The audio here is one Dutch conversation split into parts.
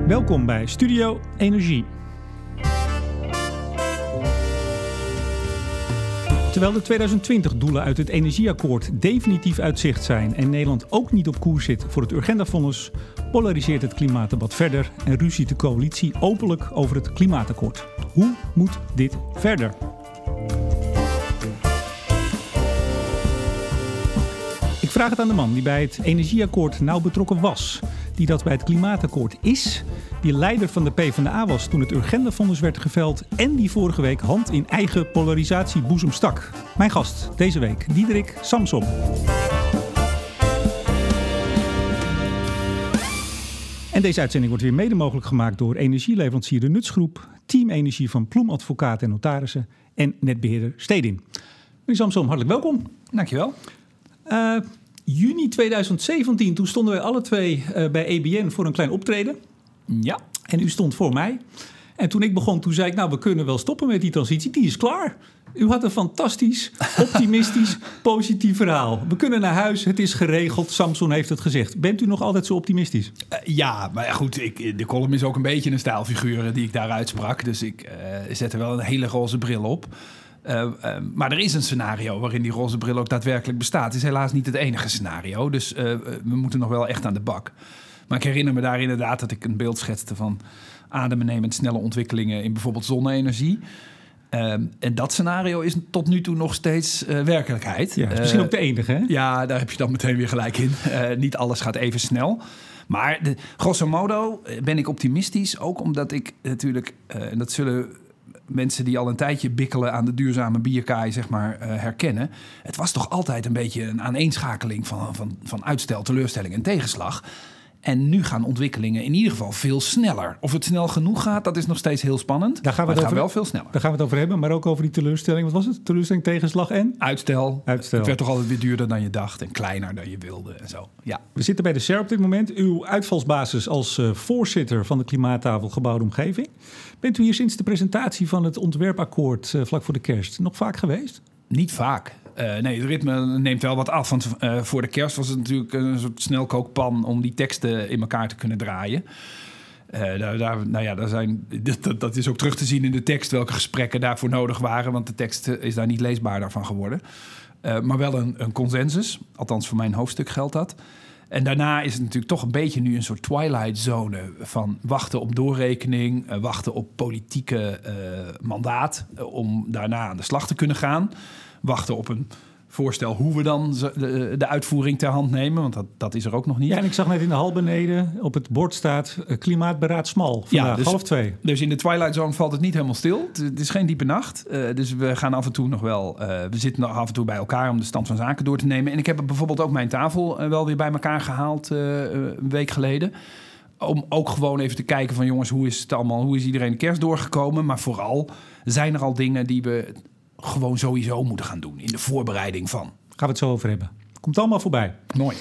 Welkom bij Studio Energie. Terwijl de 2020-doelen uit het Energieakkoord definitief uit zicht zijn en Nederland ook niet op koers zit voor het Urgenda-fonds, polariseert het klimaatdebat verder en ruziet de coalitie openlijk over het klimaatakkoord. Hoe moet dit verder? Ik vraag het aan de man die bij het Energieakkoord nauw betrokken was, die dat bij het klimaatakkoord is, die leider van de PvdA was toen het Urgenda-fonds werd geveld en die vorige week hand in eigen polarisatieboezem stak. Mijn gast deze week, Diederik Samsom. En deze uitzending wordt weer mede mogelijk gemaakt door energieleverancier De Nutsgroep, Team Energie van Ploem Advocaten en Notarissen en netbeheerder Stedin. Meneer Samsom, hartelijk welkom. Dankjewel. Juni 2017, toen stonden wij alle twee bij EBN voor een klein optreden. Ja. En u stond voor mij. En toen ik begon, toen zei ik, we kunnen wel stoppen met die transitie. Die is klaar. U had een fantastisch, optimistisch, positief verhaal. We kunnen naar huis, het is geregeld. Samson heeft het gezegd. Bent u nog altijd zo optimistisch? Ja, maar goed, de column is ook een beetje een stijlfiguur die ik daar uitsprak. Dus ik zet er wel een hele roze bril op. Maar er is een scenario waarin die roze bril ook daadwerkelijk bestaat. Het is helaas niet het enige scenario. Dus we moeten nog wel echt aan de bak. Maar ik herinner me daar inderdaad dat ik een beeld schetste van adembenemend snelle ontwikkelingen in bijvoorbeeld zonne-energie. En dat scenario is tot nu toe nog steeds werkelijkheid. Ja, is misschien ook de enige, hè? Ja, daar heb je dan meteen weer gelijk in. Niet alles gaat even snel. Maar grosso modo ben ik optimistisch. Ook omdat ik natuurlijk, en dat zullen mensen die al een tijdje bikkelen aan de duurzame bierkaai, zeg maar, herkennen. Het was toch altijd een beetje een aaneenschakeling van uitstel, teleurstelling en tegenslag. En nu gaan ontwikkelingen in ieder geval veel sneller. Of het snel genoeg gaat, dat is nog steeds heel spannend. Daar gaan we het gaat wel veel sneller. Daar gaan we het over hebben, maar ook over die teleurstelling. Wat was het? Teleurstelling, tegenslag en? Uitstel. Het werd toch altijd weer duurder dan je dacht en kleiner dan je wilde en zo. Ja. We zitten bij de SER op dit moment. Uw uitvalsbasis als voorzitter van de Klimaattafel Gebouwde Omgeving. Bent u hier sinds de presentatie van het ontwerpakkoord vlak voor de kerst nog vaak geweest? Niet vaak. Nee, het ritme neemt wel wat af. Want voor de kerst was het natuurlijk een soort snelkookpan om die teksten in elkaar te kunnen draaien. Dat is ook terug te zien in de tekst welke gesprekken daarvoor nodig waren. Want de tekst is daar niet leesbaarder van geworden. Maar wel een consensus. Althans, voor mijn hoofdstuk geldt dat. En daarna is het natuurlijk toch een beetje nu een soort twilight zone van wachten op doorrekening, wachten op politieke mandaat om daarna aan de slag te kunnen gaan. Wachten op een voorstel hoe we dan de uitvoering ter hand nemen, want dat is er ook nog niet. Ja, en ik zag net in de hal beneden op het bord staat klimaatberaad smal, vandaag, ja, dus, 1:30. Dus in de twilight zone valt het niet helemaal stil. Het is geen diepe nacht. Dus we gaan af en toe nog wel, we zitten nog af en toe bij elkaar om de stand van zaken door te nemen. En ik heb bijvoorbeeld ook mijn tafel wel weer bij elkaar gehaald een week geleden. Om ook gewoon even te kijken van jongens, hoe is het allemaal, hoe is iedereen de kerst doorgekomen? Maar vooral zijn er al dingen die we gewoon sowieso moeten gaan doen in de voorbereiding van. Gaan we het zo over hebben. Komt allemaal voorbij. Mooi.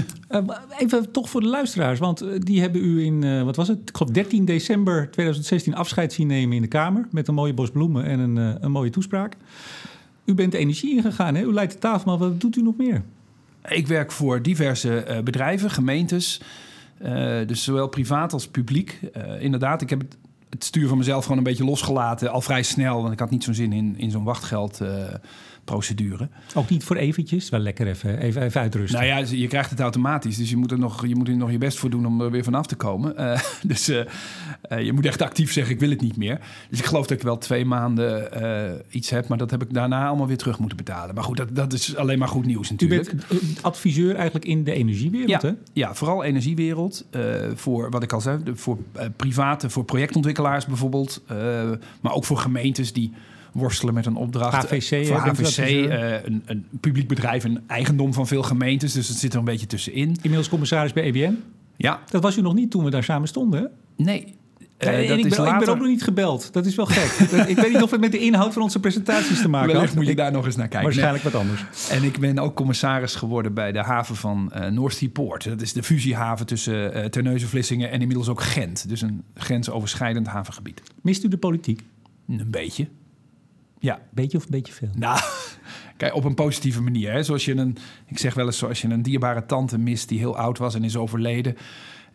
Even toch voor de luisteraars, want die hebben u in, ik geloof 13 december 2016 afscheid zien nemen in de Kamer met een mooie bos bloemen en een mooie toespraak. U bent de energie ingegaan, hè? U leidt de tafel, maar wat doet u nog meer? Ik werk voor diverse bedrijven, gemeentes, dus zowel privaat als publiek. Inderdaad, ik heb het stuur van mezelf gewoon een beetje losgelaten, al vrij snel, want ik had niet zo'n zin in zo'n wachtgeldprocedure. Ook niet voor eventjes? Wel lekker even uitrusten. Nou ja, je krijgt het automatisch, dus je moet er nog je best voor doen om er weer vanaf te komen. Dus je moet echt actief zeggen, ik wil het niet meer. Dus ik geloof dat ik wel 2 maanden iets heb, maar dat heb ik daarna allemaal weer terug moeten betalen. Maar goed, dat is alleen maar goed nieuws natuurlijk. U bent adviseur eigenlijk in de energiewereld, hè? Ja, vooral energiewereld. Voor wat ik al zei, voor private, voor projectontwikkelaars bijvoorbeeld. Maar ook voor gemeentes die worstelen met een opdracht. HVC, voor HVC, een publiek bedrijf, een eigendom van veel gemeentes. Dus het zit er een beetje tussenin. Inmiddels commissaris bij EBN. Ja. Dat was u nog niet toen we daar samen stonden, hè? Nee. Ik ben ook nog niet gebeld. Dat is wel gek. Ik weet niet of het met de inhoud van onze presentaties te maken Wellicht had. moet je daar nog eens naar kijken. Waarschijnlijk wat anders. En ik ben ook commissaris geworden bij de haven van North Sea Port. Dat is de fusiehaven tussen Terneuzen-Vlissingen en inmiddels ook Gent. Dus een grensoverschrijdend havengebied. Mist u de politiek? Een beetje. Ja. Beetje of een beetje veel? Nou, kijk, op een positieve manier. Hè? Ik zeg wel eens, zoals je een dierbare tante mist die heel oud was en is overleden.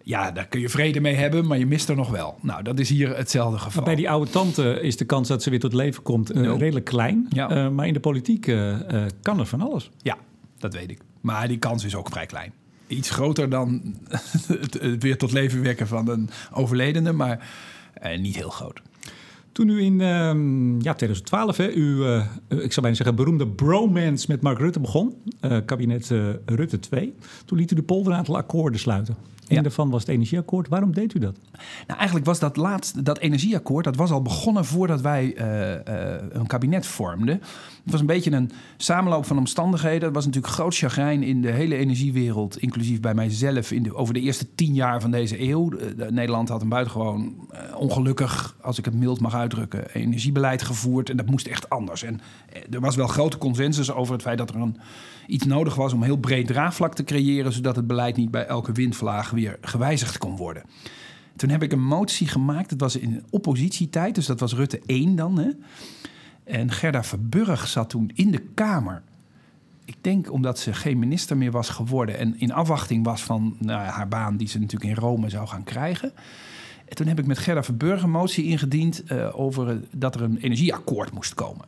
Ja, daar kun je vrede mee hebben, maar je mist er nog wel. Nou, dat is hier hetzelfde geval. Maar bij die oude tante is de kans dat ze weer tot leven komt redelijk klein. Ja. Maar in de politiek kan er van alles. Ja, dat weet ik. Maar die kans is ook vrij klein. Iets groter dan het weer tot leven wekken van een overledene, maar niet heel groot. Toen u in 2012 ik zou bijna zeggen beroemde bromance met Mark Rutte begon, kabinet Rutte 2, toen liet u de polder een aantal akkoorden sluiten. Een daarvan was het energieakkoord. Waarom deed u dat? Nou, eigenlijk was dat energieakkoord, dat was al begonnen voordat wij een kabinet vormden. Het was een beetje een samenloop van omstandigheden. Er was natuurlijk groot chagrijn in de hele energiewereld, inclusief bij mijzelf, over de eerste 10 jaar van deze eeuw. Nederland had een buitengewoon ongelukkig, als ik het mild mag uitdrukken, energiebeleid gevoerd. En dat moest echt anders. En er was wel grote consensus over het feit dat er iets nodig was om heel breed draagvlak te creëren, zodat het beleid niet bij elke windvlaag weer gewijzigd kon worden. Toen heb ik een motie gemaakt. Dat was in oppositietijd, dus dat was Rutte 1 dan. Hè? En Gerda Verburg zat toen in de Kamer. Ik denk omdat ze geen minister meer was geworden en in afwachting was van haar baan die ze natuurlijk in Rome zou gaan krijgen. En toen heb ik met Gerda Verburg een motie ingediend over dat er een energieakkoord moest komen.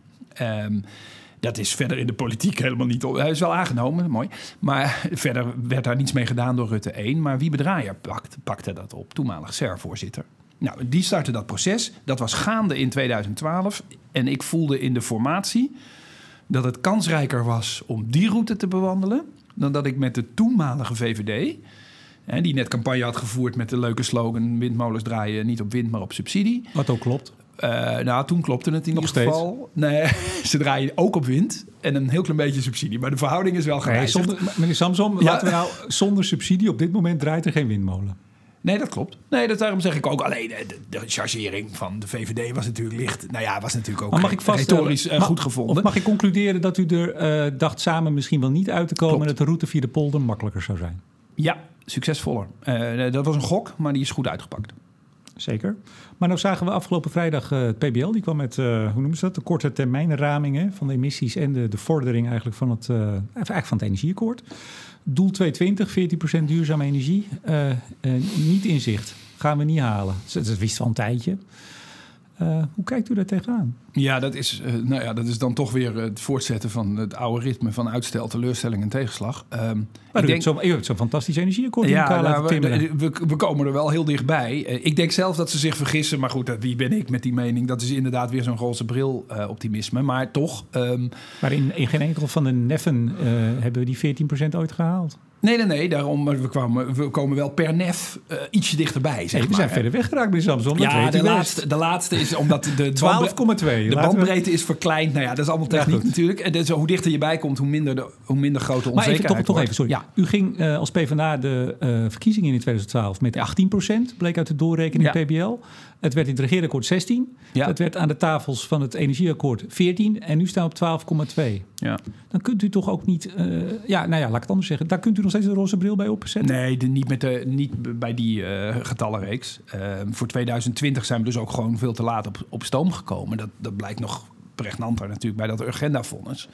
Dat is verder in de politiek helemaal niet... Hij is wel aangenomen, mooi. Maar verder werd daar niets mee gedaan door Rutte 1. Maar Wiebe Draaier pakte dat op, toenmalig SER-voorzitter. Nou, die startte dat proces. Dat was gaande in 2012. En ik voelde in de formatie dat het kansrijker was om die route te bewandelen dan dat ik met de toenmalige VVD, die net campagne had gevoerd met de leuke slogan windmolens draaien niet op wind, maar op subsidie. Wat ook klopt. Toen klopte het in nog ieder geval. Nee, ze draaien ook op wind en een heel klein beetje subsidie. Maar de verhouding is wel gewijzigd. Meneer Samsom, laten we nou zonder subsidie op dit moment draait er geen windmolen. Nee, dat klopt. Nee, daarom zeg ik ook alleen de chargering van de VVD was natuurlijk licht. Nou ja, was natuurlijk ook retorisch goed gevonden. Of mag ik concluderen dat u er dacht samen misschien wel niet uit te komen en dat de route via de polder makkelijker zou zijn? Ja, succesvoller. Dat was een gok, maar die is goed uitgepakt. Zeker. Maar nou zagen we afgelopen vrijdag het PBL. Die kwam met, hoe noemen ze dat? De korte termijnramingen van de emissies en de vordering eigenlijk van het energieakkoord. Doel 2020, 14% duurzame energie. Niet in zicht. Gaan we niet halen. Dat wist al een tijdje. Hoe kijkt u daar tegenaan? Ja, dat is dan toch weer het voortzetten van het oude ritme van uitstel, teleurstelling en tegenslag. Maar u hebt zo'n fantastisch energieakkoord in elkaar laten timmeren. We komen er wel heel dichtbij. Ik denk zelf dat ze zich vergissen, maar goed, wie ben ik met die mening? Dat is inderdaad weer zo'n roze bril optimisme, maar toch. Maar in geen enkel van de neffen hebben we die 14% ooit gehaald. Nee, daarom. We komen wel per nef ietsje dichterbij. We zijn verder weggeraakt bij Samsung. Ja, de laatste is omdat de 12,2. De bandbreedte is verkleind. Nou ja, dat is allemaal techniek natuurlijk. En dus, hoe dichter je bij komt, hoe minder grote onzekerheid. Maar toch even, sorry. Ja. U ging als PvdA de verkiezingen in 2012 met 18%. Bleek uit de doorrekening PBL. Het werd in het regeerakkoord 16. Ja. Het werd aan de tafels van het energieakkoord 14. En nu staan we op 12,2. Ja. Dan kunt u toch ook niet... laat ik het anders zeggen. Daar kunt u nog steeds de roze bril bij opzetten? Nee, niet bij die getallenreeks. Voor 2020 zijn we dus ook gewoon veel te laat op stoom gekomen. Dat blijkt nog pregnanter natuurlijk bij dat Urgenda-vonnis.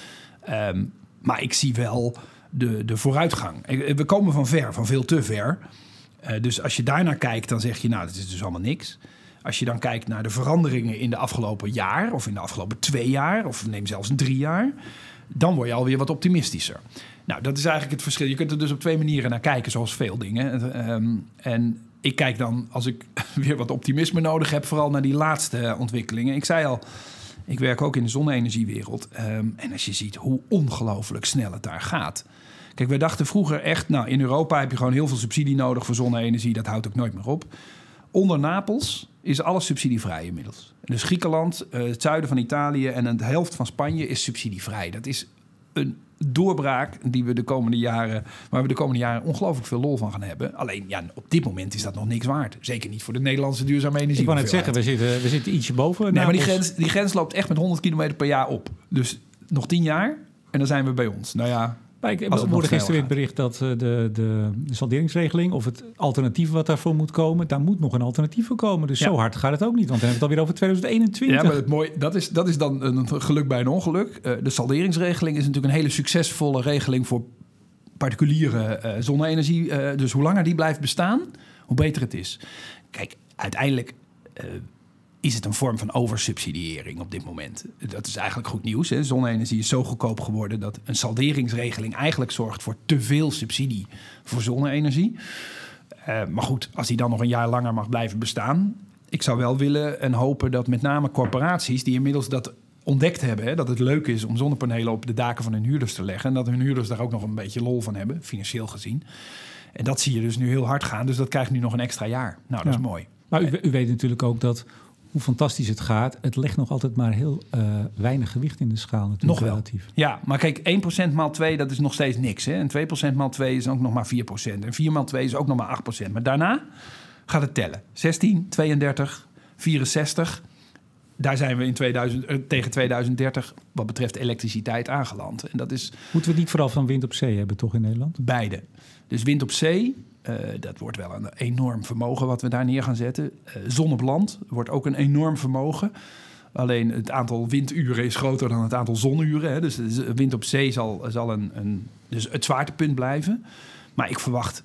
Maar ik zie wel de vooruitgang. We komen van ver, van veel te ver. Dus als je daarnaar kijkt, dan zeg je, nou, dat is dus allemaal niks. Als je dan kijkt naar de veranderingen in de afgelopen jaar, of in de afgelopen 2 jaar, of neem zelfs 3 jaar, dan word je alweer wat optimistischer. Nou, dat is eigenlijk het verschil. Je kunt er dus op 2 manieren naar kijken, zoals veel dingen. En ik kijk dan, als ik weer wat optimisme nodig heb, vooral naar die laatste ontwikkelingen. Ik zei al, ik werk ook in de zonne-energiewereld. En als je ziet hoe ongelooflijk snel het daar gaat. Kijk, wij dachten vroeger echt, nou, in Europa heb je gewoon heel veel subsidie nodig voor zonne-energie. Dat houdt ook nooit meer op. Onder Napels is alles subsidievrij inmiddels. Dus Griekenland, het zuiden van Italië en de helft van Spanje is subsidievrij. Dat is een doorbraak waar we de komende jaren ongelooflijk veel lol van gaan hebben. Alleen, ja, op dit moment is dat nog niks waard. Zeker niet voor de Nederlandse duurzame energie. Ik wou net zeggen, we zitten ietsje boven. Nee, maar die grens loopt echt met 100 kilometer per jaar op. Dus nog 10 jaar en dan zijn we bij ons. Nou ja... Ik hoorde gisteren weer het bericht dat de salderingsregeling of het alternatief wat daarvoor moet komen, daar moet nog een alternatief voor komen. Dus zo hard gaat het ook niet, want dan hebben we het alweer over 2021. Ja, maar het mooie, dat is dan een geluk bij een ongeluk. De salderingsregeling is natuurlijk een hele succesvolle regeling voor particuliere zonne-energie. Dus hoe langer die blijft bestaan, hoe beter het is. Kijk, uiteindelijk is het een vorm van oversubsidiëring op dit moment. Dat is eigenlijk goed nieuws. Hè? Zonne-energie is zo goedkoop geworden dat een salderingsregeling eigenlijk zorgt voor te veel subsidie voor zonne-energie. Maar goed, als die dan nog een jaar langer mag blijven bestaan. Ik zou wel willen en hopen dat met name corporaties die inmiddels dat ontdekt hebben, hè, dat het leuk is om zonnepanelen op de daken van hun huurders te leggen. En dat hun huurders daar ook nog een beetje lol van hebben, financieel gezien. En dat zie je dus nu heel hard gaan. Dus dat krijgt nu nog een extra jaar. Nou, dat is mooi. Maar u weet natuurlijk ook dat hoe fantastisch het gaat. Het legt nog altijd maar heel weinig gewicht in de schaal natuurlijk. Nog wel. Relatief. Ja, maar kijk, 1% maal 2, dat is nog steeds niks. Hè? En 2% maal 2 is ook nog maar 4%. En 4 maal 2 is ook nog maar 8%. Maar daarna gaat het tellen. 16, 32, 64. Daar zijn we tegen 2030 wat betreft elektriciteit aangeland. En dat is Moeten we het niet vooral van wind op zee hebben, toch in Nederland? beide. Dus wind op zee, dat wordt wel een enorm vermogen wat we daar neer gaan zetten. Zon op land wordt ook een enorm vermogen. Alleen het aantal winduren is groter dan het aantal zonuren. Hè. Dus wind op zee zal dus het zwaartepunt blijven. Maar ik verwacht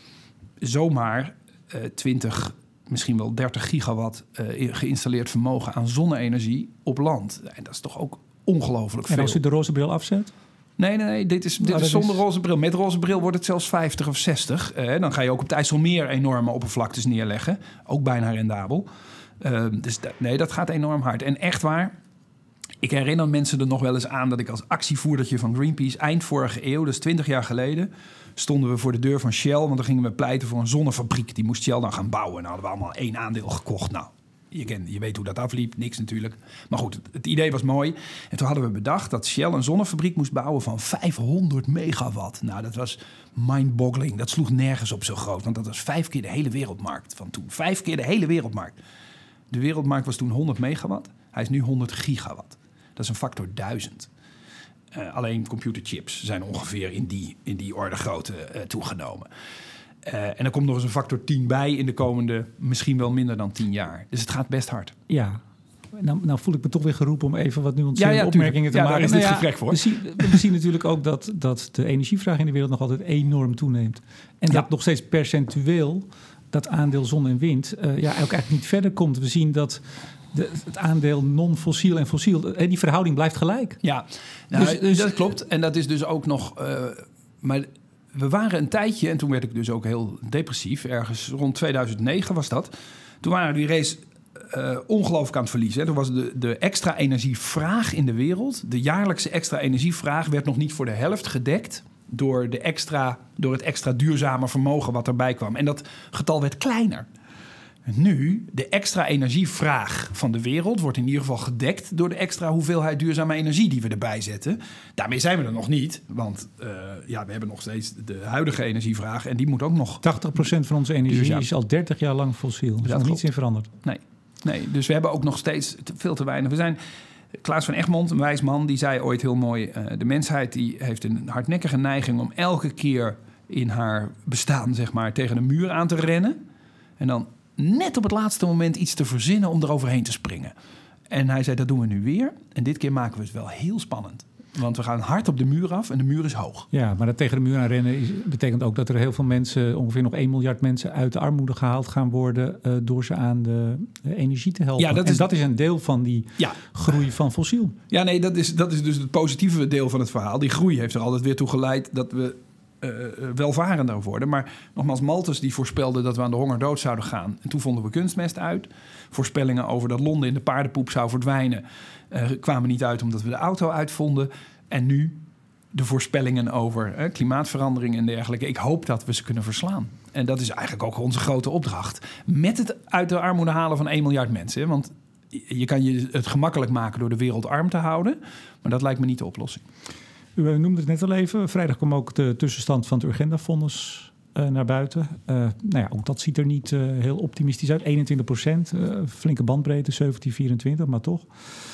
zomaar 20, misschien wel 30 gigawatt geïnstalleerd vermogen aan zonne-energie op land. En dat is toch ook ongelooflijk veel. En als u de roze bril afzet? Nee, dit is zonder roze bril. Met roze bril wordt het zelfs 50 of 60. Dan ga je ook op het IJsselmeer enorme oppervlaktes neerleggen. Ook bijna rendabel. Dus dat gaat enorm hard. En echt waar, ik herinner mensen er nog wel eens aan dat ik als actievoerdertje van Greenpeace eind vorige eeuw, dus 20 jaar geleden, stonden we voor de deur van Shell, want dan gingen we pleiten voor een zonnefabriek. Die moest Shell dan gaan bouwen. En dan hadden we allemaal 1 aandeel gekocht. Nou, je weet hoe dat afliep, niks natuurlijk. Maar goed, het idee was mooi. En toen hadden we bedacht dat Shell een zonnefabriek moest bouwen van 500 megawatt. Nou, dat was mind-boggling. Dat sloeg nergens op zo groot, want dat was 5 keer de hele wereldmarkt van toen. 5 keer de hele wereldmarkt. De wereldmarkt was toen 100 megawatt. Hij is nu 100 gigawatt. Dat is een factor 1000. Alleen computerchips zijn ongeveer in die orde grootte toegenomen. En er komt nog eens een factor 10 bij in de komende, misschien wel minder dan 10 jaar. Dus het gaat best hard. Ja. Nou voel ik me toch weer geroepen om even wat nuancerende opmerkingen te maken. Daar is dit gesprek voor. We zien natuurlijk ook dat de energievraag in de wereld nog altijd enorm toeneemt. En dat nog steeds percentueel dat aandeel zon en wind ook eigenlijk niet verder komt. We zien dat het aandeel non-fossiel en fossiel, die verhouding blijft gelijk. Ja, dus dat klopt. En dat is dus ook nog. Maar we waren een tijdje, en toen werd ik dus ook heel depressief. Ergens rond 2009 was dat. Toen waren die race ongelooflijk aan het verliezen. Hè. Toen was de extra energievraag in de wereld. De jaarlijkse extra energievraag werd nog niet voor de helft gedekt door het extra duurzame vermogen wat erbij kwam. En dat getal werd kleiner. Nu, de extra energievraag van de wereld wordt in ieder geval gedekt door de extra hoeveelheid duurzame energie die we erbij zetten. Daarmee zijn we er nog niet, want we hebben nog steeds de huidige energievraag en die moet ook nog. 80% van onze energie is al 30 jaar lang fossiel. Er is nog niets in veranderd. Nee, dus we hebben ook nog steeds veel te weinig. Klaas van Egmond, een wijs man, die zei ooit heel mooi, de mensheid die heeft een hardnekkige neiging om elke keer in haar bestaan, zeg maar, tegen een muur aan te rennen. En dan net op het laatste moment iets te verzinnen om eroverheen te springen. En hij zei, dat doen we nu weer. En dit keer maken we het wel heel spannend. Want we gaan hard op de muur af en de muur is hoog. Ja, maar dat tegen de muur aan rennen betekent ook dat er heel veel mensen, ongeveer nog 1 miljard mensen, uit de armoede gehaald gaan worden door ze aan de energie te helpen. Ja, dat is een deel van die groei van fossiel. Ja, nee, dat is dus het positieve deel van het verhaal. Die groei heeft er altijd weer toe geleid dat we welvarender worden. Maar nogmaals, Malthus die voorspelde dat we aan de honger dood zouden gaan. En toen vonden we kunstmest uit. Voorspellingen over dat Londen in de paardenpoep zou verdwijnen kwamen niet uit omdat we de auto uitvonden. En nu de voorspellingen over klimaatverandering en dergelijke. Ik hoop dat we ze kunnen verslaan. En dat is eigenlijk ook onze grote opdracht. Met het uit de armoede halen van 1 miljard mensen. Want je kan je het gemakkelijk maken door de wereld arm te houden. Maar dat lijkt me niet de oplossing. U noemde het net al even. Vrijdag kwam ook de tussenstand van het Urgenda-fonds naar buiten. Ook dat ziet er niet heel optimistisch uit. 21%, flinke bandbreedte, 17-24, maar toch.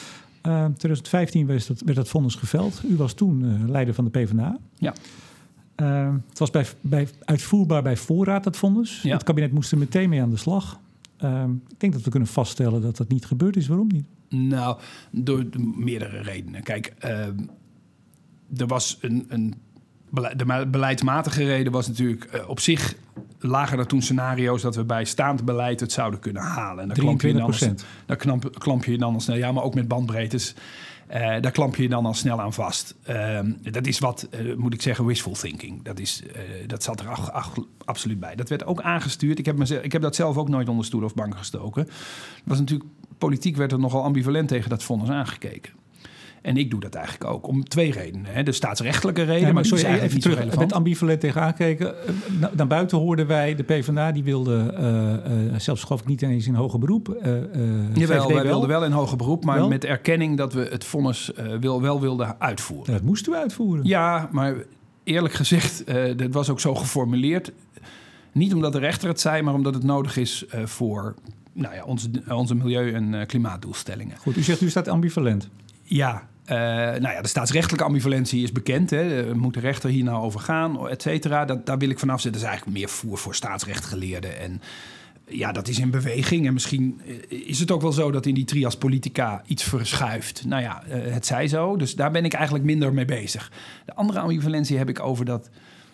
2015 werd dat fonds geveld. U was toen leider van de PvdA. Ja. Het was uitvoerbaar bij voorraad, dat fonds. Ja. Het kabinet moest er meteen mee aan de slag. Ik denk dat we kunnen vaststellen dat dat niet gebeurd is. Waarom niet? Nou, door meerdere redenen. Kijk, er was een de beleidsmatige reden was natuurlijk op zich... lagen er toen scenario's dat we bij staand beleid het zouden kunnen halen. En daar klamp je dan al snel. Ja, maar ook met bandbreedtes. Daar klamp je dan al snel aan vast. Dat is wat, moet ik zeggen, wishful thinking. Dat zat er absoluut bij. Dat werd ook aangestuurd. Ik heb dat zelf ook nooit onder stoel of bank gestoken. Was natuurlijk, politiek werd er nogal ambivalent tegen dat vonnis aangekeken. En ik doe dat eigenlijk ook om 2 redenen. Hè. De staatsrechtelijke reden, ja, maar sorry, die is even terug. Met ambivalent tegen aangekeken. Naar buiten hoorden wij, de PvdA, die wilde zelfs geloof ik niet eens in hoger beroep. Jawel, wij wilden wel in hoger beroep, maar met erkenning dat we het vonnis wel wilden uitvoeren. Ja, dat moesten we uitvoeren. Ja, maar eerlijk gezegd, dat was ook zo geformuleerd. Niet omdat de rechter het zei, maar omdat het nodig is voor onze milieu- en klimaatdoelstellingen. Goed, u zegt u staat ambivalent. Ja, de staatsrechtelijke ambivalentie is bekend. Hè. Moet de rechter hier nou over gaan, et cetera? Daar wil ik vanaf zitten. Dat is eigenlijk meer voer voor staatsrechtgeleerden. En ja, dat is in beweging. En misschien is het ook wel zo dat in die trias politica iets verschuift. Nou ja, het zij zo. Dus daar ben ik eigenlijk minder mee bezig. De andere ambivalentie heb ik over dat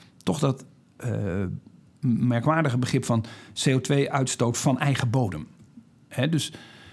merkwaardige begrip van CO2-uitstoot van eigen bodem. Hè, dus...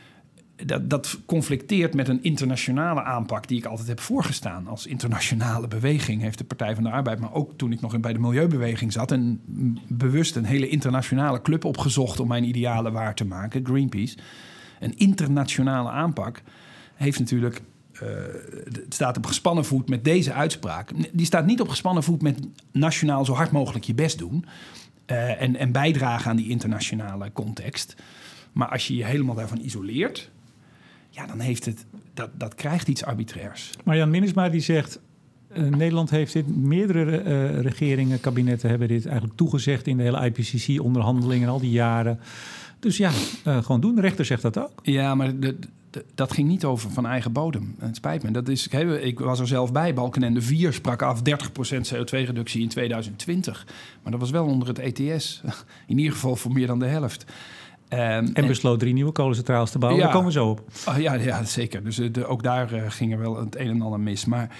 Dat conflicteert met een internationale aanpak die ik altijd heb voorgestaan. Als internationale beweging heeft de Partij van de Arbeid... maar ook toen ik nog bij de milieubeweging zat... en bewust een hele internationale club opgezocht... om mijn idealen waar te maken, Greenpeace. Een internationale aanpak heeft natuurlijk... het staat op gespannen voet met deze uitspraak. Die staat niet op gespannen voet met nationaal zo hard mogelijk je best doen... en bijdragen aan die internationale context. Maar als je je helemaal daarvan isoleert... ja, dan heeft dat krijgt iets arbitrairs. Marjan Minnesma die zegt... Nederland heeft dit, meerdere regeringen, kabinetten hebben dit eigenlijk toegezegd... in de hele IPCC-onderhandelingen al die jaren. Dus ja, gewoon doen. De rechter zegt dat ook. Ja, maar dat ging niet over van eigen bodem. Het spijt me. Ik was er zelf bij. Balkenende 4 sprak af 30% CO2-reductie in 2020. Maar dat was wel onder het ETS. In ieder geval voor meer dan de helft. En besloot 3 nieuwe kolencentrales te bouwen. Ja, daar komen we zo op. Ja, zeker. Dus ook daar ging er wel het een en ander mis. Maar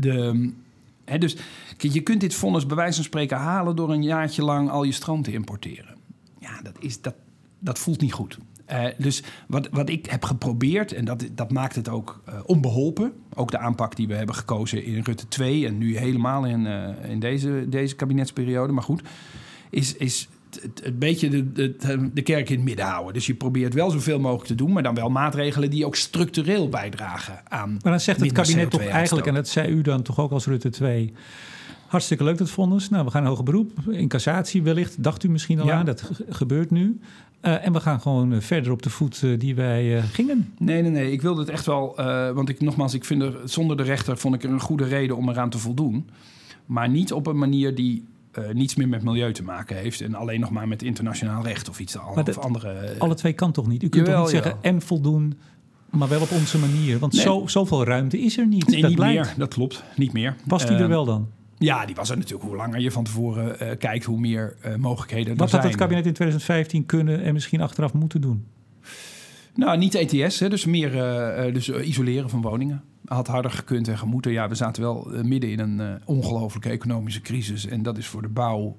dus je kunt dit vonnis bij wijze van spreken halen... door een jaartje lang al je stroom te importeren. Ja, dat voelt niet goed. Dus wat ik heb geprobeerd, en dat maakt het ook onbeholpen... ook de aanpak die we hebben gekozen in Rutte 2... en nu helemaal in deze kabinetsperiode, maar goed... is het beetje de kerk in het midden houden. Dus je probeert wel zoveel mogelijk te doen... maar dan wel maatregelen die ook structureel bijdragen aan... Maar dan zegt het kabinet toch eigenlijk... en dat zei u dan toch ook als Rutte 2... hartstikke leuk dat vonnis. Nou, we gaan hoger beroep. In cassatie wellicht, dacht u misschien al aan. Dat gebeurt nu. En we gaan gewoon verder op de voet die wij gingen. Nee. Ik wilde het echt wel... want ik vind zonder de rechter vond ik er een goede reden om eraan te voldoen. Maar niet op een manier die... niets meer met milieu te maken heeft... en alleen nog maar met internationaal recht of iets andere... Alle twee kan toch niet? U kunt toch niet zeggen en voldoen... maar wel op onze manier? Want zoveel ruimte is er niet. Nee, dat niet blijkt. Meer. Dat klopt, niet meer. Was die er wel dan? Ja, die was er natuurlijk. Hoe langer je van tevoren kijkt... hoe meer mogelijkheden er zijn. Wat had het kabinet in 2015 kunnen... en misschien achteraf moeten doen? Nou, niet ETS, hè, dus meer isoleren van woningen. Had harder gekund en gemoeten. Ja, we zaten wel midden in een ongelofelijke economische crisis. En dat is voor de bouw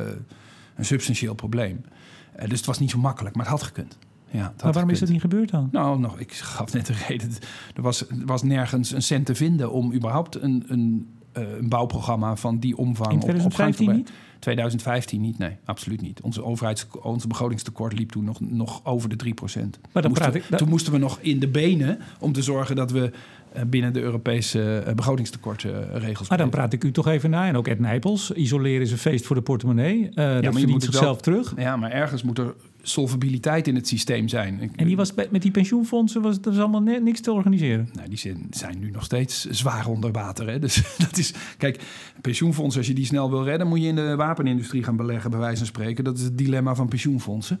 een substantieel probleem. Dus het was niet zo makkelijk, maar het had gekund. Ja, maar waarom is dat niet gebeurd dan? Nou, ik gaf net de reden. Er was nergens een cent te vinden om überhaupt een bouwprogramma van die omvang... In 2015 niet? 2015 niet, nee, absoluut niet. Onze begrotingstekort liep toen nog over de 3%. Maar toen moesten we nog in de benen om te zorgen dat we binnen de Europese begrotingstekortregels... Maar dan praat ik u toch even na. En ook Ed Nijpels. Isoleren is een feest voor de portemonnee. Dat verdient zichzelf terug. Ja, maar ergens moet er solvabiliteit in het systeem zijn. En die was met die pensioenfondsen was allemaal niks te organiseren? Nou, die zijn nu nog steeds zwaar onder water. Hè? Dus dat is... Kijk, pensioenfondsen, als je die snel wil redden... moet je in de wapenindustrie gaan beleggen, bij wijze van spreken. Dat is het dilemma van pensioenfondsen.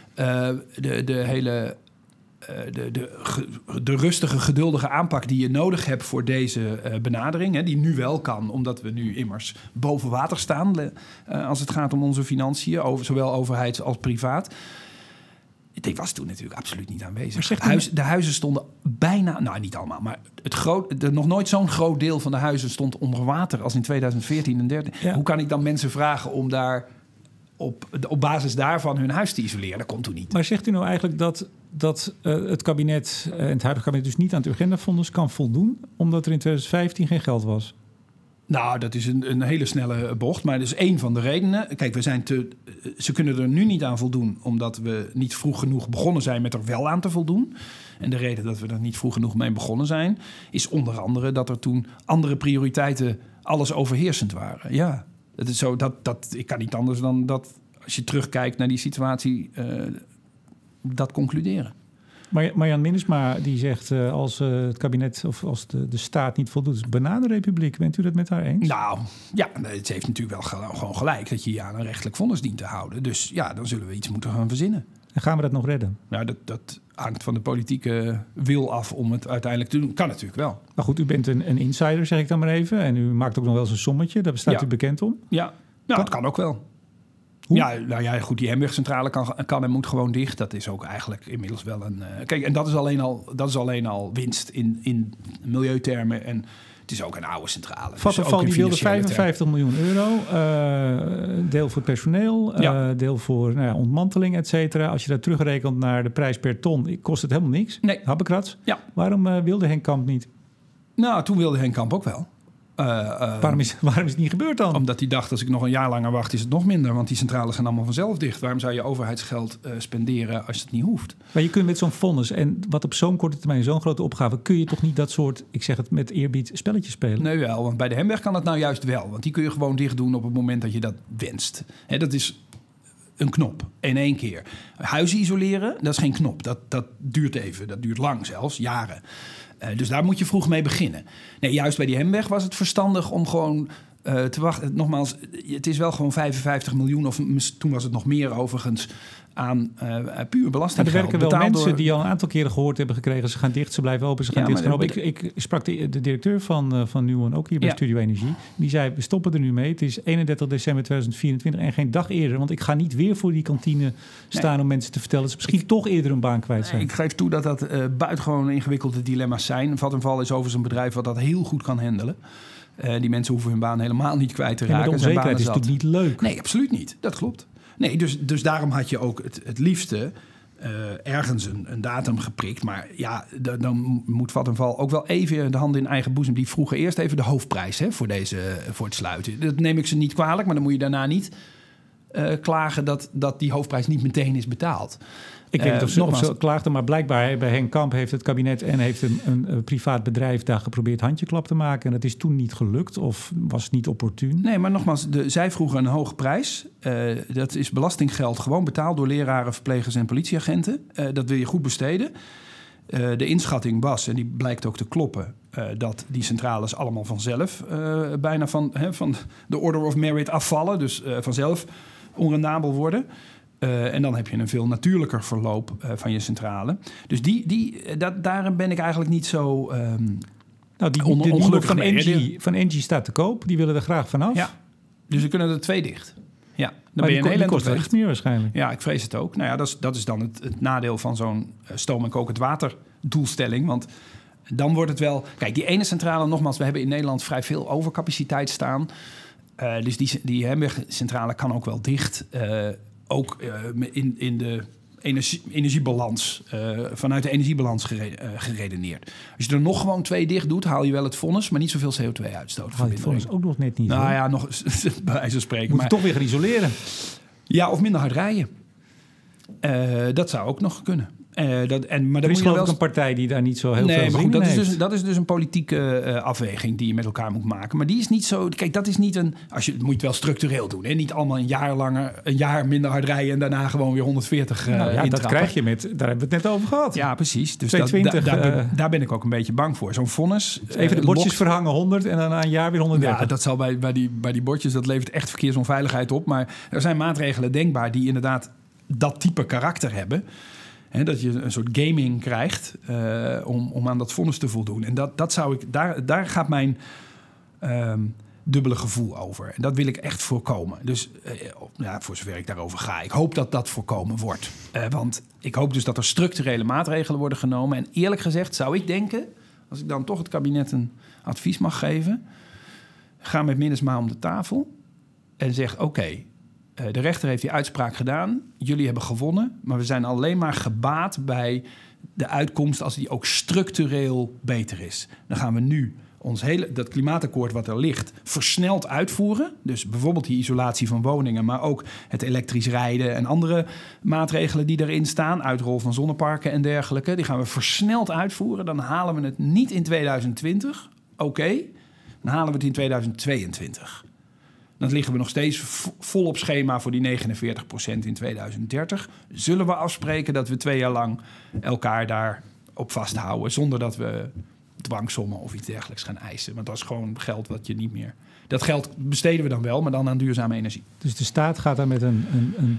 De rustige, geduldige aanpak die je nodig hebt voor deze benadering... Hè, die nu wel kan, omdat we nu immers boven water staan... als het gaat om onze financiën, zowel overheids als privaat... Die was toen natuurlijk absoluut niet aanwezig. Maar De huizen stonden bijna... Nou, niet allemaal, maar nog nooit zo'n groot deel van de huizen stond onder water als in 2014 en 2013. Ja. Hoe kan ik dan mensen vragen om daar op basis daarvan hun huis te isoleren? Dat kon toen niet. Maar zegt u nou eigenlijk dat het kabinet en het huidige kabinet dus niet aan het Urgenda-fonds kan voldoen, omdat er in 2015 geen geld was? Nou, dat is een hele snelle bocht, maar dat is één van de redenen. Kijk, ze kunnen er nu niet aan voldoen, omdat we niet vroeg genoeg begonnen zijn met er wel aan te voldoen. En de reden dat we er niet vroeg genoeg mee begonnen zijn, is onder andere dat er toen andere prioriteiten alles overheersend waren. Ja, dat is zo. Ik kan niet anders dan dat, als je terugkijkt naar die situatie, dat concluderen. Marjan Minnesma die zegt als het kabinet of als de staat niet voldoet, is het bananenrepubliek. Bent u dat met haar eens? Nou, ja, het heeft natuurlijk wel gewoon gelijk dat je je aan een rechtelijk vonnis dient te houden. Dus ja, dan zullen we iets moeten gaan verzinnen. En gaan we dat nog redden? Nou, dat hangt van de politieke wil af om het uiteindelijk te doen. Kan natuurlijk wel. Maar goed, u bent een insider, zeg ik dan maar even. En u maakt ook nog wel eens een sommetje. Daar staat u bekend om. Ja, nou, dat kan ook wel. Hoe? Ja, nou ja, goed, die Hemwegcentrale kan en moet gewoon dicht. Dat is ook eigenlijk inmiddels wel een... kijk, en dat is alleen al winst in milieutermen. En het is ook een oude centrale. Vattenfall die wilde 55 miljoen euro. Deel voor personeel, deel voor ontmanteling, et cetera. Als je dat terugrekent naar de prijs per ton, kost het helemaal niks. Nee. Habbekrats. Ja. Waarom wilde Henk Kamp niet? Nou, toen wilde Henk Kamp ook wel. Waarom is het niet gebeurd dan? Omdat hij dacht, als ik nog een jaar langer wacht, is het nog minder. Want die centrales gaan allemaal vanzelf dicht. Waarom zou je overheidsgeld spenderen als het niet hoeft? Maar je kunt met zo'n fonds en wat op zo'n korte termijn, zo'n grote opgave, kun je toch niet dat soort, ik zeg het met eerbied, spelletjes spelen? Nee, wel. Want bij de Hemweg kan het nou juist wel. Want die kun je gewoon dicht doen op het moment dat je dat wenst. Dat is een knop in één keer. Huizen isoleren, dat is geen knop. Dat duurt even. Dat duurt lang zelfs, jaren. Dus daar moet je vroeg mee beginnen. Nee, juist bij die Hemweg was het verstandig om gewoon te wachten. Nogmaals, het is wel gewoon 55 miljoen... of toen was het nog meer overigens... aan puur belastinggeld. Er werken wel mensen die al een aantal keren gehoord hebben gekregen... ze gaan dicht, ze blijven open, ze gaan dicht. Ik sprak de directeur van Nuon, ook hier bij Studio Energie. Die zei, we stoppen er nu mee. Het is 31 december 2024 en geen dag eerder. Want ik ga niet weer voor die kantine staan om mensen te vertellen... dat ze misschien toch eerder een baan kwijt zijn. Ik geef toe dat buitengewoon ingewikkelde dilemma's zijn. Vattenfall is overigens een bedrijf wat dat heel goed kan handelen. Die mensen hoeven hun baan helemaal niet kwijt te raken. Maar de onzekerheid is natuurlijk niet leuk. Nee, absoluut niet. Dat klopt. Nee, dus daarom had je ook het liefste ergens een datum geprikt. Maar ja, dan moet Vattenfall ook wel even de handen in eigen boezem. Die vroegen eerst even de hoofdprijs voor het sluiten. Dat neem ik ze niet kwalijk, maar dan moet je daarna niet klagen dat die hoofdprijs niet meteen is betaald. Ik weet niet of ze klaagden, maar blijkbaar bij Henk Kamp heeft het kabinet en heeft een privaat bedrijf daar geprobeerd handjeklap te maken. En dat is toen niet gelukt of was niet opportun. Nee, maar nogmaals, zij vroegen een hoge prijs. Dat is belastinggeld gewoon betaald door leraren, verplegers en politieagenten. Dat wil je goed besteden. De inschatting was, en die blijkt ook te kloppen, dat die centrales allemaal vanzelf bijna van de order of merit afvallen. Dus vanzelf onrendabel worden. En dan heb je een veel natuurlijker verloop van je centrale. Dus daar ben ik eigenlijk niet zo ongelukkig van Engie. Van Engie staat te koop. Die willen er graag vanaf. Ja, dus er kunnen er 2 dicht. Ja, dan maar ben je een hele kost echt meer waarschijnlijk. Ja, ik vrees het ook. Nou ja, dat is dan het nadeel van zo'n stoom- en kokend water doelstelling. Want dan wordt het wel... Kijk, die ene centrale, nogmaals, we hebben in Nederland vrij veel overcapaciteit staan. Dus die Hemwegcentrale kan ook wel dicht... ook in de energiebalans, vanuit de energiebalans geredeneerd. Als je er nog gewoon 2 dicht doet, haal je wel het vonnis, maar niet zoveel CO2-uitstoot. Haal je het vonnis ook nog net niet. Nou ja, nog bij wijze van spreken. Moet je toch weer gaan isoleren? Ja, of minder hard rijden. Dat zou ook nog kunnen. Maar er is geloof ik een partij die daar niet zo heel veel zin in heeft. Dat is dus een politieke afweging die je met elkaar moet maken. Maar die is niet zo... Kijk, dat is niet een... Moet je het wel structureel doen. Hè? Niet allemaal een jaar minder hard rijden... en daarna gewoon weer 140 dat krijg je met... Daar hebben we het net over gehad. Ja, precies. Dus 220, daar ben ik ook een beetje bang voor. Zo'n vonnis... Even de bordjes verhangen 100 en daarna een jaar weer 130. Ja, dat zal bij die bordjes... Dat levert echt verkeersonveiligheid op. Maar er zijn maatregelen denkbaar... die inderdaad dat type karakter hebben... dat je een soort gaming krijgt om aan dat vonnis te voldoen. En dat zou ik... Daar gaat dubbele gevoel over. En dat wil ik echt voorkomen. Dus voor zover ik daarover ga. Ik hoop dat dat voorkomen wordt. Want ik hoop dus dat er structurele maatregelen worden genomen. En eerlijk gezegd zou ik denken, als ik dan toch het kabinet een advies mag geven, ga met Minnesma om de tafel en zeg oké, de rechter heeft die uitspraak gedaan. Jullie hebben gewonnen, maar we zijn alleen maar gebaat bij de uitkomst als die ook structureel beter is. Dan gaan we nu dat klimaatakkoord wat er ligt versneld uitvoeren. Dus bijvoorbeeld die isolatie van woningen, maar ook het elektrisch rijden en andere maatregelen die erin staan, uitrol van zonneparken en dergelijke, die gaan we versneld uitvoeren. Dan halen we het niet in 2020. Oké, dan halen we het in 2022. Dan liggen we nog steeds vol op schema voor die 49% in 2030. Zullen we afspreken dat we 2 jaar lang elkaar daar op vasthouden, zonder dat we dwangsommen of iets dergelijks gaan eisen? Want dat is gewoon geld wat je niet meer... Dat geld besteden we dan wel, maar dan aan duurzame energie. Dus de staat gaat daar met een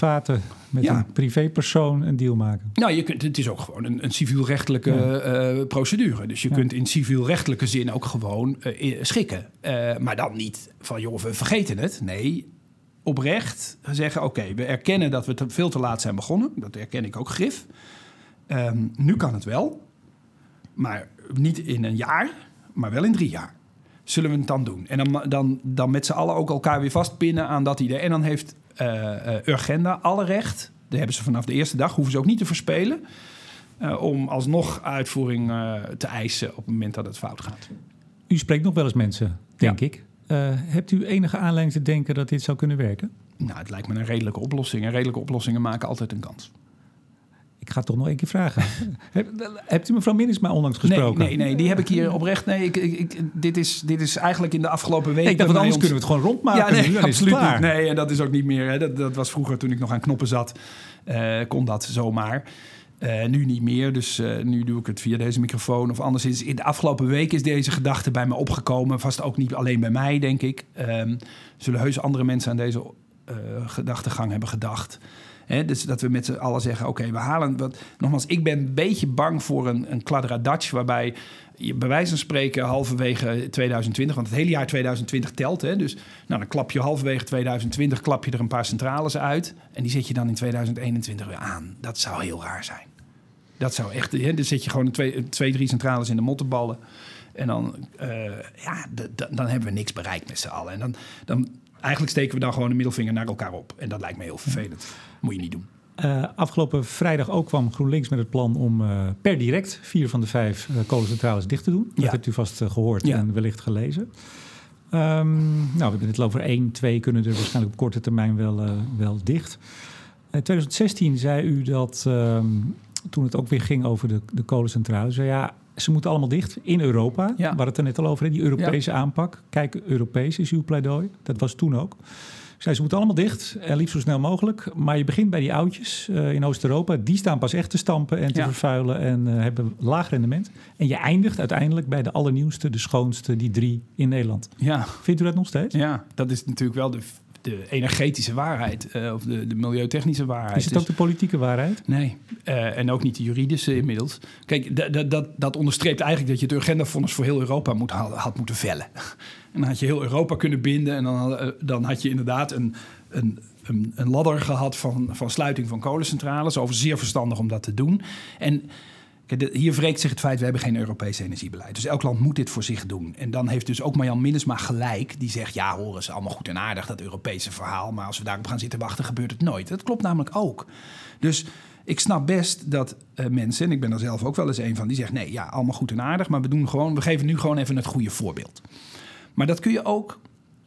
privépersoon een deal maken? Nou, het is ook gewoon een civielrechtelijke procedure. Dus je kunt in civielrechtelijke zin ook gewoon schikken. Maar dan niet van, joh, we vergeten het. Nee, oprecht zeggen, oké, we erkennen dat we veel te laat zijn begonnen. Dat erken ik ook grif. Nu kan het wel. Maar niet in een jaar, maar wel in 3 jaar. Zullen we het dan doen? En dan met z'n allen ook elkaar weer vastpinnen aan dat idee. En dan heeft Urgenda alle recht, dat hebben ze vanaf de eerste dag, hoeven ze ook niet te verspelen, om alsnog uitvoering te eisen op het moment dat het fout gaat. U spreekt nog wel eens mensen, denk ik. Hebt u enige aanleiding te denken dat dit zou kunnen werken? Nou, het lijkt me een redelijke oplossing. En redelijke oplossingen maken altijd een kans. Ik ga het toch nog 1 keer vragen. Hebt u mevrouw Minnesma onlangs gesproken? Nee, die heb ik hier oprecht. Nee, dit is eigenlijk in de afgelopen weken. Ik dacht, want anders kunnen we het gewoon rondmaken. Ja, nee, nu, absoluut is het klaar. niet. Nee, en dat is ook niet meer. Hè. Dat was vroeger toen ik nog aan knoppen zat. Kon dat zomaar. Nu niet meer, dus nu doe ik het via deze microfoon of anderszins. In de afgelopen week is deze gedachte bij me opgekomen. Vast ook niet alleen bij mij, denk ik. Zullen heus andere mensen aan deze gedachtegang hebben gedacht. Dus dat we met z'n allen zeggen, oké, we halen... Nogmaals, ik ben een beetje bang voor een kladderadatsch, waarbij je bij wijze van spreken halverwege 2020... want het hele jaar 2020 telt, hè, dus dan klap je halverwege 2020... klap je er een paar centrales uit en die zet je dan in 2021 weer aan. Dat zou heel raar zijn. Dat zou echt... Dan zet je gewoon 2, 3 centrales in de mottenballen en dan hebben we niks bereikt met z'n allen. En dan eigenlijk steken we dan gewoon de middelvinger naar elkaar op. En dat lijkt me heel vervelend. Moet je niet doen. Afgelopen vrijdag ook kwam GroenLinks met het plan om per direct 4 van de 5 kolencentrales dicht te doen. Dat hebt u vast gehoord en wellicht gelezen. We hebben het over 1, 2 kunnen er waarschijnlijk op korte termijn wel dicht. In 2016 zei u dat, toen het ook weer ging over de kolencentrales, ze moeten allemaal dicht in Europa. We hadden het er net al over, die Europese aanpak. Kijk, Europees is uw pleidooi. Dat was toen ook. Ze moeten allemaal dicht, liefst zo snel mogelijk. Maar je begint bij die oudjes in Oost-Europa. Die staan pas echt te stampen en te vervuilen en hebben laag rendement. En je eindigt uiteindelijk bij de allernieuwste, de schoonste, die 3 in Nederland. Ja. Vindt u dat nog steeds? Ja, dat is natuurlijk wel de energetische waarheid of de milieutechnische waarheid. Is het ook de politieke waarheid? Nee, en ook niet de juridische inmiddels. Kijk, dat onderstreept eigenlijk dat je het Urgenda-fonds voor heel Europa had moeten vellen. En dan had je heel Europa kunnen binden en dan had je inderdaad een ladder gehad van sluiting van kolencentrales. Over zeer verstandig om dat te doen. En hier wreekt zich het feit, we hebben geen Europees energiebeleid. Dus elk land moet dit voor zich doen. En dan heeft dus ook Marjan Minnesma gelijk. Die zegt, ja, horen ze allemaal goed en aardig, dat Europese verhaal. Maar als we daarop gaan zitten wachten, gebeurt het nooit. Dat klopt namelijk ook. Dus ik snap best dat mensen, en ik ben er zelf ook wel eens een van, die zegt, nee, ja, allemaal goed en aardig. Maar we geven nu gewoon even het goede voorbeeld. Maar dat kun je ook...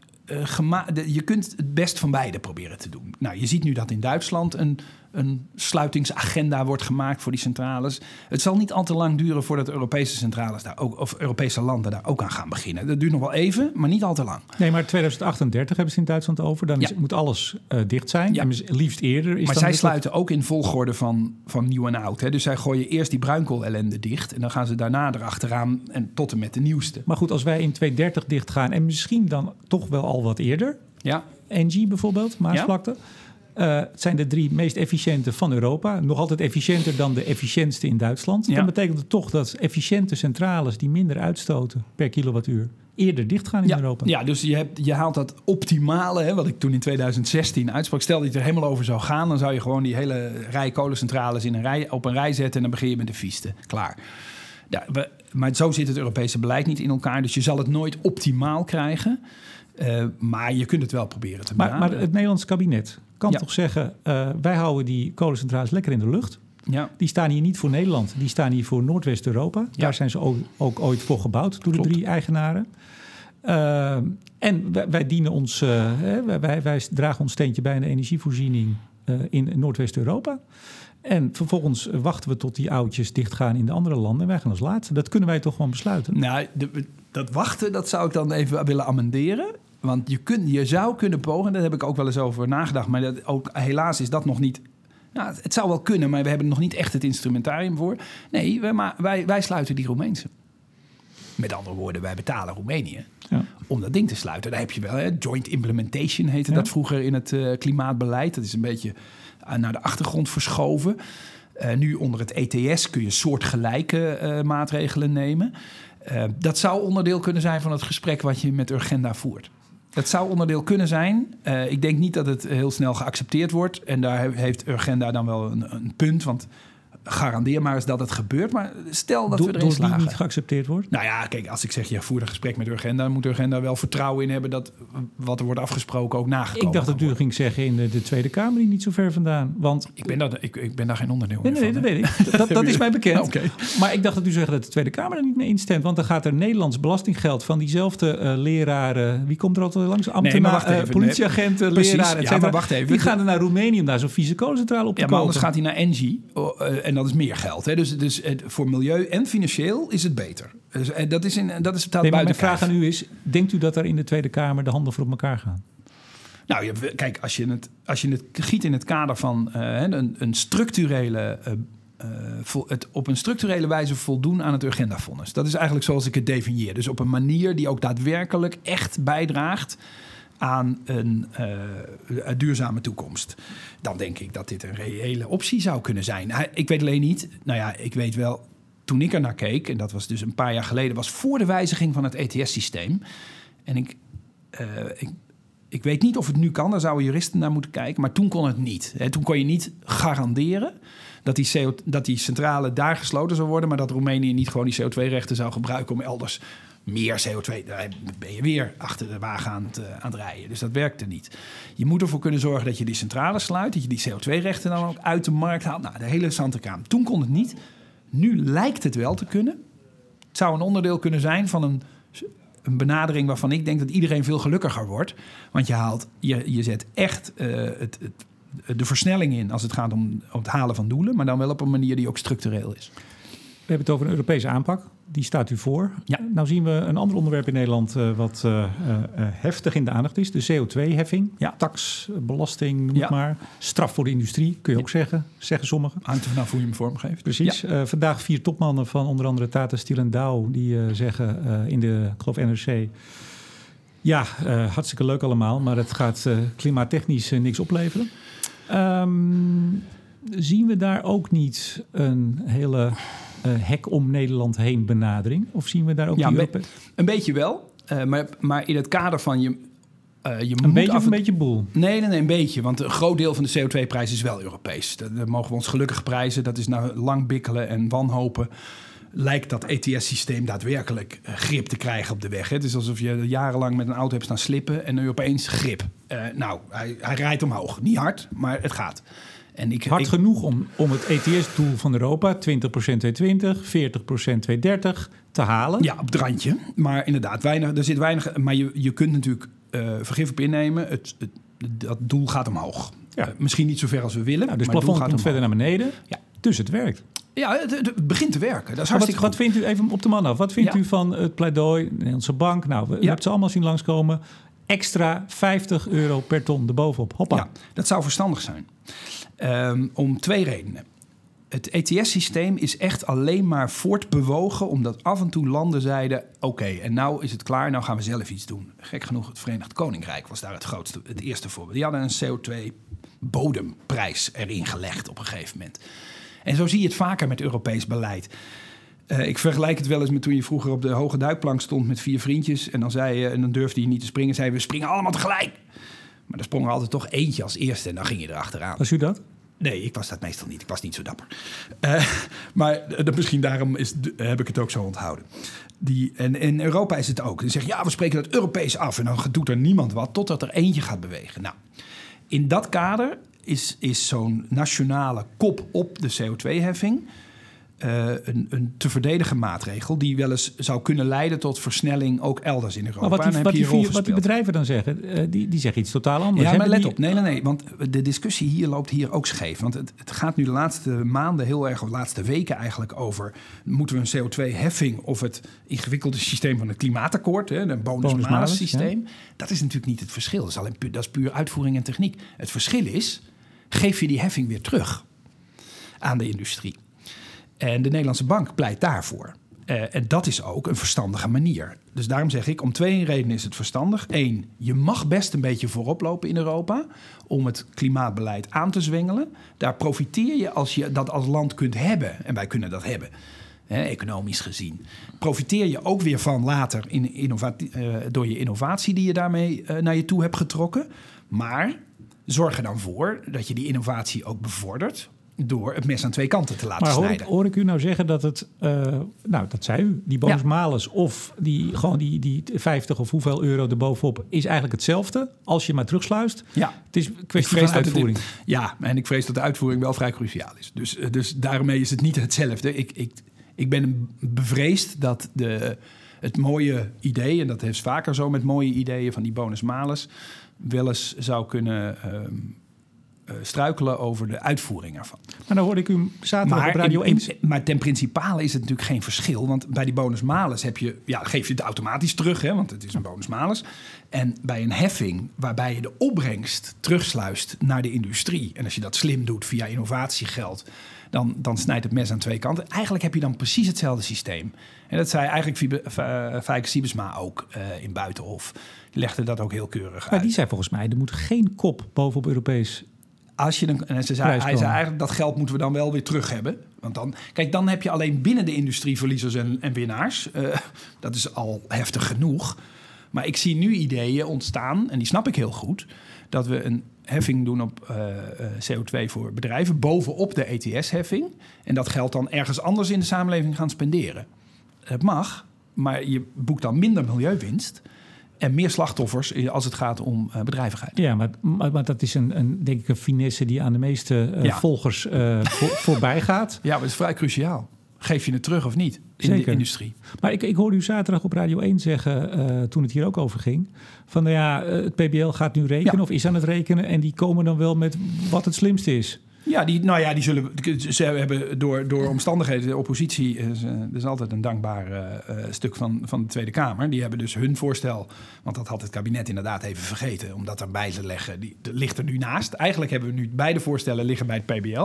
je kunt het best van beide proberen te doen. Nou, je ziet nu dat in Duitsland een sluitingsagenda wordt gemaakt voor die centrales. Het zal niet al te lang duren voordat Europese centrales daar ook, of Europese landen daar ook aan gaan beginnen. Dat duurt nog wel even, maar niet al te lang. Nee, maar 2038 hebben ze in Duitsland over. Dan moet alles dicht zijn. Ja. En liefst eerder. Maar zij sluiten ook in volgorde van nieuw en oud. Hè? Dus zij gooien eerst die bruinkoolellende dicht en dan gaan ze daarna erachteraan en tot en met de nieuwste. Maar goed, als wij in 2030 dicht gaan en misschien dan toch wel al wat eerder. Ja. Engie bijvoorbeeld, Maasvlakte. Ja. Het zijn de 3 meest efficiënte van Europa. Nog altijd efficiënter dan de efficiëntste in Duitsland. Ja. Dan betekent het toch dat efficiënte centrales die minder uitstoten per kilowattuur eerder dichtgaan in Europa. Ja, dus je haalt dat optimale, hè, wat ik toen in 2016 uitsprak. Stel dat je er helemaal over zou gaan, dan zou je gewoon die hele rij kolencentrales op een rij zetten en dan begin je met de vieste. Klaar. Ja, maar zo zit het Europese beleid niet in elkaar. Dus je zal het nooit optimaal krijgen. Maar je kunt het wel proberen te benaderen. Maar het Nederlands kabinet kan toch zeggen, wij houden die kolencentrales lekker in de lucht. Ja. Die staan hier niet voor Nederland, die staan hier voor Noordwest-Europa. Ja. Daar zijn ze ook ooit voor gebouwd door de 3 eigenaren. En wij dienen ons, wij dragen ons steentje bij aan de energievoorziening in Noordwest-Europa. En vervolgens wachten we tot die oudjes dichtgaan in de andere landen. En wij gaan als laatste. Dat kunnen wij toch gewoon besluiten? Nou, dat wachten, dat zou ik dan even willen amenderen. Want je zou kunnen pogen, daar heb ik ook wel eens over nagedacht. Maar helaas is dat nog niet... Nou, het zou wel kunnen, maar we hebben er nog niet echt het instrumentarium voor. Nee, wij sluiten die Roemeense. Met andere woorden, wij betalen Roemenië om dat ding te sluiten. Daar heb je wel, hè, joint implementation heette dat vroeger in het klimaatbeleid. Dat is een beetje naar de achtergrond verschoven. Nu onder het ETS kun je soortgelijke maatregelen nemen. Dat zou onderdeel kunnen zijn van het gesprek wat je met Urgenda voert. Dat zou onderdeel kunnen zijn. Ik denk niet dat het heel snel geaccepteerd wordt. En daar heeft Urgenda dan wel een punt. Want garandeer maar eens dat het gebeurt. Maar stel dat we erin slagen. Door die niet geaccepteerd wordt? Nou ja, kijk, als ik zeg, je voert een gesprek met Urgenda... dan moet Urgenda wel vertrouwen in hebben dat wat er wordt afgesproken ook nagekomen. Ik dacht dat u ging zeggen in de Tweede Kamer, die niet zo ver vandaan. Want ik ben daar geen onderdeel van. Nee, dat weet ik. Dat is mij bekend. Okay. Maar ik dacht dat u zegt dat de Tweede Kamer er niet mee instemt. Want dan gaat er Nederlands belastinggeld van diezelfde leraren... Wie komt er altijd langs? Ambtenaren, politieagenten, leraren, et cetera. Maar wacht even. Die gaan er naar Roemenië om daar zo'n vieze kolencentrale op te kopen. Maar anders gaat hij naar Engie. En dat is meer geld. Hè? Dus voor milieu en financieel is het beter. Dus, dat is buiten mijn vraag aan u is, denkt u dat er in de Tweede Kamer de handen voor op elkaar gaan? Nou, kijk, als je het giet in het kader van een structurele... op een structurele wijze voldoen aan het Urgenda-fonds. Dat is eigenlijk zoals ik het definieer. Dus op een manier die ook daadwerkelijk echt bijdraagt aan een duurzame toekomst. Dan denk ik dat dit een reële optie zou kunnen zijn. Ik weet alleen niet... Nou ja, ik weet wel... Toen ik er naar keek, en dat was dus een paar jaar geleden... was voor de wijziging van het ETS-systeem. En ik weet niet of het nu kan. Daar zouden juristen naar moeten kijken. Maar toen kon het niet. Toen kon je niet garanderen dat die centrale daar gesloten zou worden... maar dat Roemenië niet gewoon die CO2-rechten zou gebruiken... om elders meer CO2... Daar ben je weer achter de wagen aan het rijden. Dus dat werkte niet. Je moet ervoor kunnen zorgen dat je die centrale sluit... dat je die CO2-rechten dan ook uit de markt haalt. Nou, de hele zantekraam. Toen kon het niet... Nu lijkt het wel te kunnen. Het zou een onderdeel kunnen zijn van een benadering waarvan ik denk dat iedereen veel gelukkiger wordt. Want je zet echt de versnelling in als het gaat om het halen van doelen, maar dan wel op een manier die ook structureel is. We hebben het over een Europese aanpak. Die staat u voor. Ja. Nou zien we een ander onderwerp in Nederland wat heftig in de aandacht is. De CO2-heffing. Ja. Tax, belasting, noem het maar. Straf voor de industrie, kun je ook zeggen sommigen. Hangt er vanaf hoe je hem vormgeeft. Precies. Ja. Vandaag 4 topmannen van onder andere Tata Steel en Dow... die zeggen in de, ik geloof NRC... Ja, hartstikke leuk allemaal, maar het gaat klimaattechnisch niks opleveren. Zien we daar ook niet een hele... hek om Nederland heen benadering? Of zien we daar ook... Een beetje wel. Maar in het kader van je een beetje of een beetje boel? Nee, een beetje. Want een groot deel van de CO2-prijs is wel Europees. Dat mogen we ons gelukkig prijzen. Dat is nou lang bikkelen en wanhopen. Lijkt dat ETS-systeem daadwerkelijk grip te krijgen op de weg. Het is alsof je jarenlang met een auto hebt staan slippen... en nu opeens grip. Hij rijdt omhoog. Niet hard, maar het gaat. Hard genoeg om het ETS-doel van Europa, 20% 2020, 40% 2030, te halen? Ja, op het randje. Maar inderdaad, er zit weinig... Maar je kunt natuurlijk vergif op innemen. Dat doel gaat omhoog. Ja. Misschien niet zo ver als we willen. Dus het plafond komt verder naar beneden. Ja. Dus het werkt. Ja, het begint te werken. Dat is hartstikke wat vindt u, even op de man af, wat vindt u van het pleidooi, de Nederlandse bank? Nou, we hebben ze allemaal zien langskomen. Extra €50 per ton erbovenop. Hoppa. Ja, dat zou verstandig zijn. Om 2 redenen. Het ETS-systeem is echt alleen maar voortbewogen... omdat af en toe landen zeiden... oké, en nou is het klaar, nou gaan we zelf iets doen. Gek genoeg, het Verenigd Koninkrijk was daar het eerste voorbeeld. Die hadden een CO2-bodemprijs erin gelegd op een gegeven moment. En zo zie je het vaker met Europees beleid. Ik vergelijk het wel eens met toen je vroeger op de hoge duikplank stond met 4 vriendjes. En dan zei je, en dan durfde je niet te springen. Zei je, we springen allemaal tegelijk. Maar er sprong er altijd toch eentje als eerste en dan ging je erachteraan. Was u dat? Nee, ik was dat meestal niet. Ik was niet zo dapper. Maar misschien daarom heb ik het ook zo onthouden. En in Europa is het ook. Dan zeg je, ja, we spreken het Europees af. En dan doet er niemand wat totdat er eentje gaat bewegen. Nou, in dat kader is zo'n nationale kop op de CO2-heffing... een te verdedigen maatregel die wel eens zou kunnen leiden tot versnelling ook elders in Europa. Maar wat die bedrijven dan zeggen, die zeggen iets totaal anders. Ja, maar let op. Nee. Want de discussie hier loopt hier ook scheef. Want het gaat nu de laatste maanden heel erg, of de laatste weken eigenlijk over... moeten we een CO2-heffing of het ingewikkelde systeem van het klimaatakkoord, een bonus-malus systeem. Ja. Dat is natuurlijk niet het verschil. Dat is puur uitvoering en techniek. Het verschil is, geef je die heffing weer terug aan de industrie. En de Nederlandse Bank pleit daarvoor. En dat is ook een verstandige manier. Dus daarom zeg ik, om 2 redenen is het verstandig. 1, je mag best een beetje voorop lopen in Europa om het klimaatbeleid aan te zwengelen. Daar profiteer je als je dat als land kunt hebben. En wij kunnen dat hebben, economisch gezien. Profiteer je ook weer van later door je innovatie die je daarmee naar je toe hebt getrokken. Maar zorg er dan voor dat je die innovatie ook bevordert... door het mes aan 2 kanten te laten snijden. Maar hoor ik u nou zeggen dat het... dat zei u, die bonus-malus of die 50 of hoeveel euro erbovenop... is eigenlijk hetzelfde als je maar terugsluist. Ja. Het is een kwestie van uitvoering. En ik vrees dat de uitvoering wel vrij cruciaal is. Dus daarmee is het niet hetzelfde. Ik ben bevreesd dat het mooie idee... en dat is vaker zo met mooie ideeën van die bonus-malus... wel eens zou kunnen... struikelen over de uitvoering ervan. Maar dan hoorde ik u zaterdag op Radio 1... Maar ten principale is het natuurlijk geen verschil. Want bij die bonus-malus geef je het automatisch terug, want het is een bonus-malus. En bij een heffing waarbij je de opbrengst terugsluist naar de industrie... en als je dat slim doet via innovatiegeld... dan snijdt het mes aan 2 kanten. Eigenlijk heb je dan precies hetzelfde systeem. En dat zei eigenlijk Fijke Siebesma ook in Buitenhof. Die legde dat ook heel keurig uit. Maar die zei volgens mij, er moet geen kop bovenop Europees... Hij zei eigenlijk, dat geld moeten we dan wel weer terug hebben. Want dan heb je alleen binnen de industrie verliezers en winnaars. Dat is al heftig genoeg. Maar ik zie nu ideeën ontstaan, en die snap ik heel goed... dat we een heffing doen op CO2 voor bedrijven... bovenop de ETS-heffing. En dat geld dan ergens anders in de samenleving gaan spenderen. Het mag, maar je boekt dan minder milieuwinst... en meer slachtoffers als het gaat om bedrijvigheid. Ja, maar dat is denk ik een finesse die aan de meeste volgers voorbij gaat. Ja, maar het is vrij cruciaal. Geef je het terug of niet in de industrie? Maar ik hoorde u zaterdag op Radio 1 zeggen, toen het hier ook over ging... van het PBL gaat nu rekenen of is aan het rekenen... en die komen dan wel met wat het slimste is. Ja, ze hebben door omstandigheden, de oppositie... dat is altijd een dankbaar stuk van de Tweede Kamer. Die hebben dus hun voorstel, want dat had het kabinet inderdaad even vergeten... om dat erbij te leggen, die ligt er nu naast. Eigenlijk hebben we nu beide voorstellen liggen bij het PBL.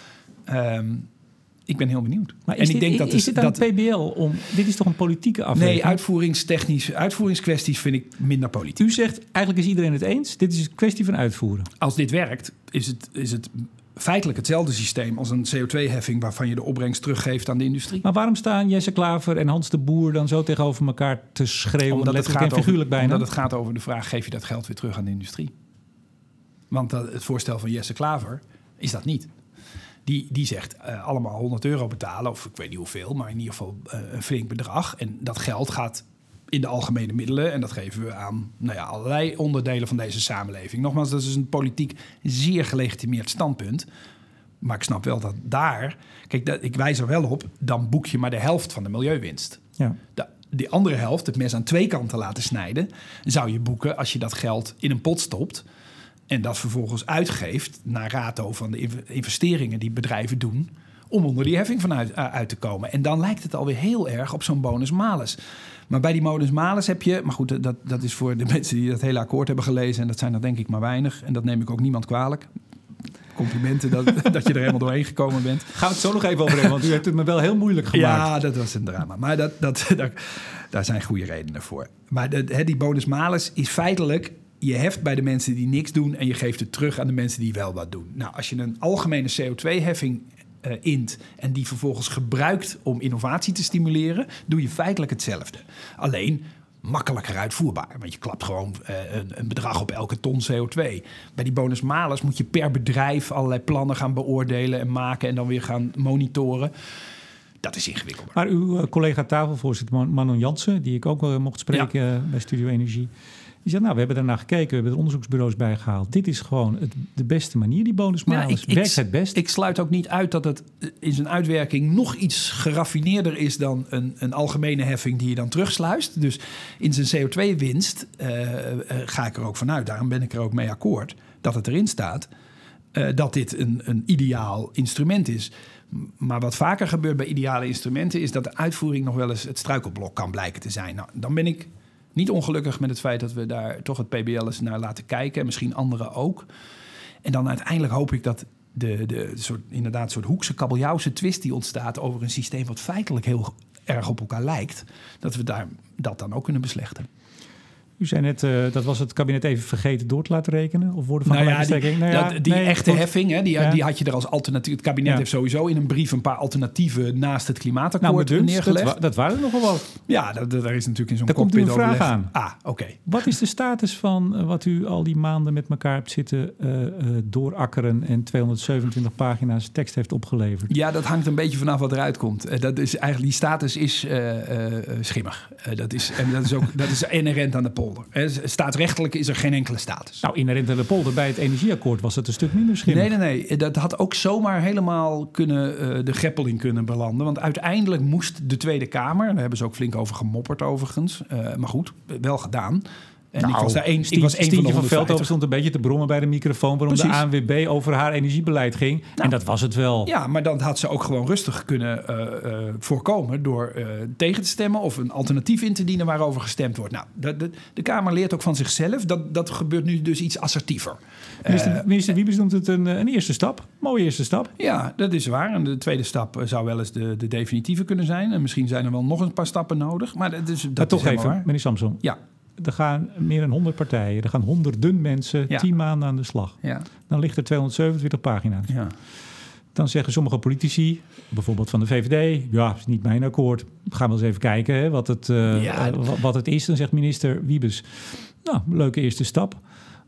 Ik ben heel benieuwd. Maar is dit aan het PBL? Dit is toch een politieke afweging? Nee, uitvoeringskwesties vind ik minder politiek. U zegt, eigenlijk is iedereen het eens. Dit is een kwestie van uitvoeren. Als dit werkt, is het feitelijk hetzelfde systeem als een CO2-heffing... waarvan je de opbrengst teruggeeft aan de industrie. Maar waarom staan Jesse Klaver en Hans de Boer dan zo tegenover elkaar te schreeuwen? Letterlijk en figuurlijk bijna. Omdat het gaat over de vraag, geef je dat geld weer terug aan de industrie? Want het voorstel van Jesse Klaver is dat niet. Die zegt allemaal €100 betalen, of ik weet niet hoeveel... maar in ieder geval een flink bedrag. En dat geld gaat in de algemene middelen... en dat geven we aan allerlei onderdelen van deze samenleving. Nogmaals, dat is een politiek zeer gelegitimeerd standpunt. Maar ik snap wel dat daar... Kijk, ik wijs er wel op, dan boek je maar de helft van de milieuwinst. Ja. Die andere helft, het mes aan 2 kanten laten snijden... zou je boeken als je dat geld in een pot stopt... en dat vervolgens uitgeeft naar rato van de investeringen die bedrijven doen... om onder die heffing uit te komen. En dan lijkt het alweer heel erg op zo'n bonus-malus. Maar bij die bonus-malus heb je... maar goed, dat is voor de mensen die dat hele akkoord hebben gelezen... en dat zijn er denk ik maar weinig. En dat neem ik ook niemand kwalijk. Complimenten dat je er helemaal doorheen gekomen bent. Gaan we het zo nog even over hebben, want u hebt het me wel heel moeilijk gemaakt. Ja, dat was een drama. Maar daar zijn goede redenen voor. Maar die bonus-malus is feitelijk... Je heft bij de mensen die niks doen... en je geeft het terug aan de mensen die wel wat doen. Nou, als je een algemene CO2-heffing int en die vervolgens gebruikt om innovatie te stimuleren, doe je feitelijk hetzelfde. Alleen makkelijker uitvoerbaar. Want je klapt gewoon een bedrag op elke ton CO2. Bij die bonus-malus moet je per bedrijf allerlei plannen gaan beoordelen en maken en dan weer gaan monitoren. Dat is ingewikkeld. Maar uw collega tafelvoorzitter Manon Jansen, die ik ook wel mocht spreken bij Studio Energie, die zei, we hebben daarna gekeken, we hebben er onderzoeksbureaus bij gehaald. Dit is gewoon de beste manier, die bonus-malus. Werkt het best. Ik sluit ook niet uit dat het in zijn uitwerking nog iets geraffineerder is dan een algemene heffing die je dan terugsluist. Dus in zijn CO2-winst ga ik er ook vanuit, daarom ben ik er ook mee akkoord, dat het erin staat, dat dit een ideaal instrument is. Maar wat vaker gebeurt bij ideale instrumenten is dat de uitvoering nog wel eens het struikelblok kan blijken te zijn. Nou, dan ben ik niet ongelukkig met het feit dat we daar toch het PBL eens naar laten kijken. En misschien anderen ook. En dan uiteindelijk hoop ik dat de soort hoekse kabeljauwse twist die ontstaat over een systeem wat feitelijk heel erg op elkaar lijkt, dat we dat dan ook kunnen beslechten. U zei net, dat was het kabinet even vergeten door te laten rekenen? Of worden van die echte heffing, hè, die had je er als alternatief. Het kabinet heeft sowieso in een brief een paar alternatieven naast het klimaatakkoord neergelegd. Dat waren er nogal wat. Ja, daar is natuurlijk in zo'n cockpit overleg. Daar komt u een vraag aan. Oké. Wat is de status van wat u al die maanden met elkaar hebt zitten doorakkeren en 227 pagina's tekst heeft opgeleverd? Ja, dat hangt een beetje vanaf wat eruit komt. Dat is eigenlijk, die status is schimmig. Dat is inherent aan de polder. Staatsrechtelijk is er geen enkele status. Nou, inherent aan de polder bij het energieakkoord was het een stuk minder schimmig. Nee. Dat had ook zomaar helemaal de greppel in kunnen belanden. Want uiteindelijk moest de Tweede Kamer, daar hebben ze ook flink over gemopperd overigens, maar goed, wel gedaan. En ik was daar één van de 150. Veldhoven stond een beetje te brommen bij de microfoon waarom de ANWB over haar energiebeleid ging. En dat was het wel. Ja, maar dan had ze ook gewoon rustig kunnen voorkomen door tegen te stemmen of een alternatief in te dienen waarover gestemd wordt. Nou, de Kamer leert ook van zichzelf. Dat gebeurt nu dus iets assertiever. Minister Wiebes noemt het een eerste stap. Mooie eerste stap. Ja, dat is waar. En de tweede stap zou wel eens de definitieve kunnen zijn. En misschien zijn er wel nog een paar stappen nodig. Maar dat is toch even, waar. Meneer Samson. Ja. Er gaan meer dan 100 partijen. Er gaan honderden mensen 10 maanden aan de slag. Ja. Dan ligt er 227 pagina's. Ja. Dan zeggen sommige politici, bijvoorbeeld van de VVD, is niet mijn akkoord. We gaan wel eens even kijken hè, wat het is. Dan zegt minister Wiebes, leuke eerste stap.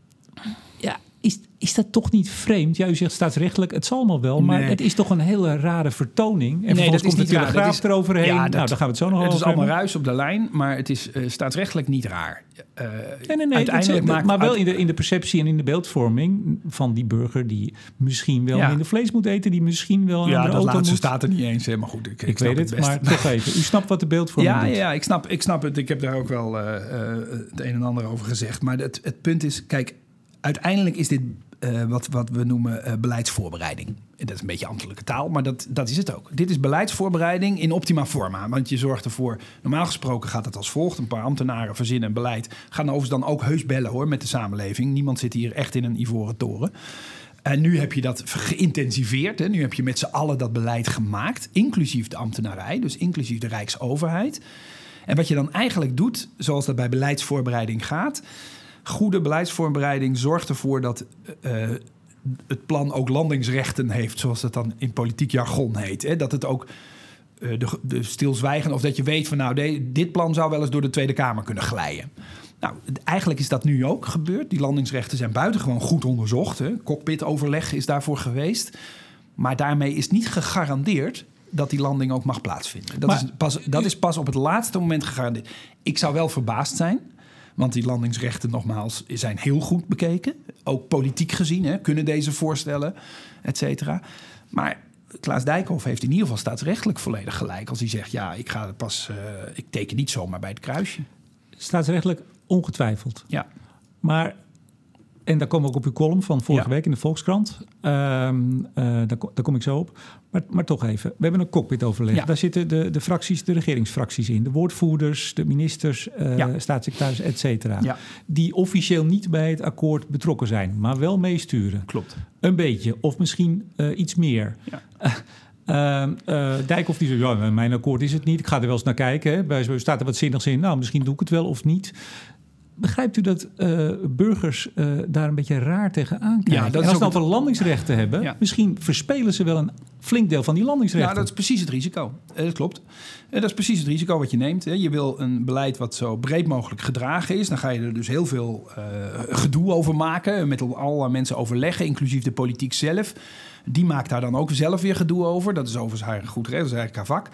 Ja, is dat toch niet vreemd? Ja, u zegt staatsrechtelijk, het zal allemaal wel, maar het is toch een hele rare vertoning. En vervolgens komt de Telegraaf eroverheen. Ja, daar gaan we het zo nog over hebben. Het is allemaal ruis op de lijn, maar het is staatsrechtelijk niet raar. Nee. Uiteindelijk maar wel in de perceptie en in de beeldvorming van die burger die misschien wel minder vlees moet eten, die misschien wel een andere auto moet. Ja, dat laatste staat er niet eens. Maar goed, ik weet het, maar toch even. U snapt wat de beeldvorming doet. Ja, ik snap het. Ik heb daar ook wel het een en ander over gezegd. Maar het punt is, kijk, uiteindelijk is dit wat we noemen beleidsvoorbereiding. Dat is een beetje ambtelijke taal, maar dat is het ook. Dit is beleidsvoorbereiding in optima forma. Want je zorgt ervoor, normaal gesproken gaat het als volgt. Een paar ambtenaren verzinnen een beleid. Gaan overigens dan ook heus bellen hoor met de samenleving. Niemand zit hier echt in een ivoren toren. En nu heb je dat geïntensiveerd. Hè. Nu heb je met z'n allen dat beleid gemaakt. Inclusief de ambtenarij, dus inclusief de Rijksoverheid. En wat je dan eigenlijk doet, zoals dat bij beleidsvoorbereiding gaat, goede beleidsvoorbereiding zorgt ervoor dat het plan ook landingsrechten heeft, zoals dat dan in politiek jargon heet. Hè? Dat het ook de stilzwijgen, of dat je weet van dit plan zou wel eens door de Tweede Kamer kunnen glijden. Nou, eigenlijk is dat nu ook gebeurd. Die landingsrechten zijn buitengewoon goed onderzocht. Hè? Cockpitoverleg is daarvoor geweest. Maar daarmee is niet gegarandeerd dat die landing ook mag plaatsvinden. Dat is pas op het laatste moment gegarandeerd. Ik zou wel verbaasd zijn, want die landingsrechten, nogmaals, zijn heel goed bekeken. Ook politiek gezien, hè, kunnen deze voorstellen, et cetera. Maar Klaas Dijkhoff heeft in ieder geval staatsrechtelijk volledig gelijk als hij zegt, ik teken niet zomaar bij het kruisje. Staatsrechtelijk ongetwijfeld. Ja. Maar, en daar kom ik op uw column van vorige week in de Volkskrant. Daar kom ik zo op. Maar toch even. We hebben een cockpitoverleg. Ja. Daar zitten de fracties, de regeringsfracties in. De woordvoerders, de ministers, staatssecretaris, et cetera. Ja. Die officieel niet bij het akkoord betrokken zijn, maar wel meesturen. Klopt. Een beetje, of misschien iets meer. Ja. Dijkhoff die zegt, mijn akkoord is het niet. Ik ga er wel eens naar kijken. Hè. Staat er wat zinnigs in? Nou, misschien doe ik het wel of niet. begrijpt u dat burgers daar een beetje raar tegenaan kijken? Ja, dat en als is ze ook dan landingsrechten hebben, misschien verspelen ze wel een flink deel van die landingsrechten. Ja, dat is precies het risico. Dat klopt. Dat is precies het risico wat je neemt. Je wil een beleid wat zo breed mogelijk gedragen is. Dan ga je er dus heel veel gedoe over maken. Met allerlei mensen overleggen, inclusief de politiek zelf. Die maakt daar dan ook zelf weer gedoe over. Dat is overigens haar goed recht, dat is eigenlijk haar vak.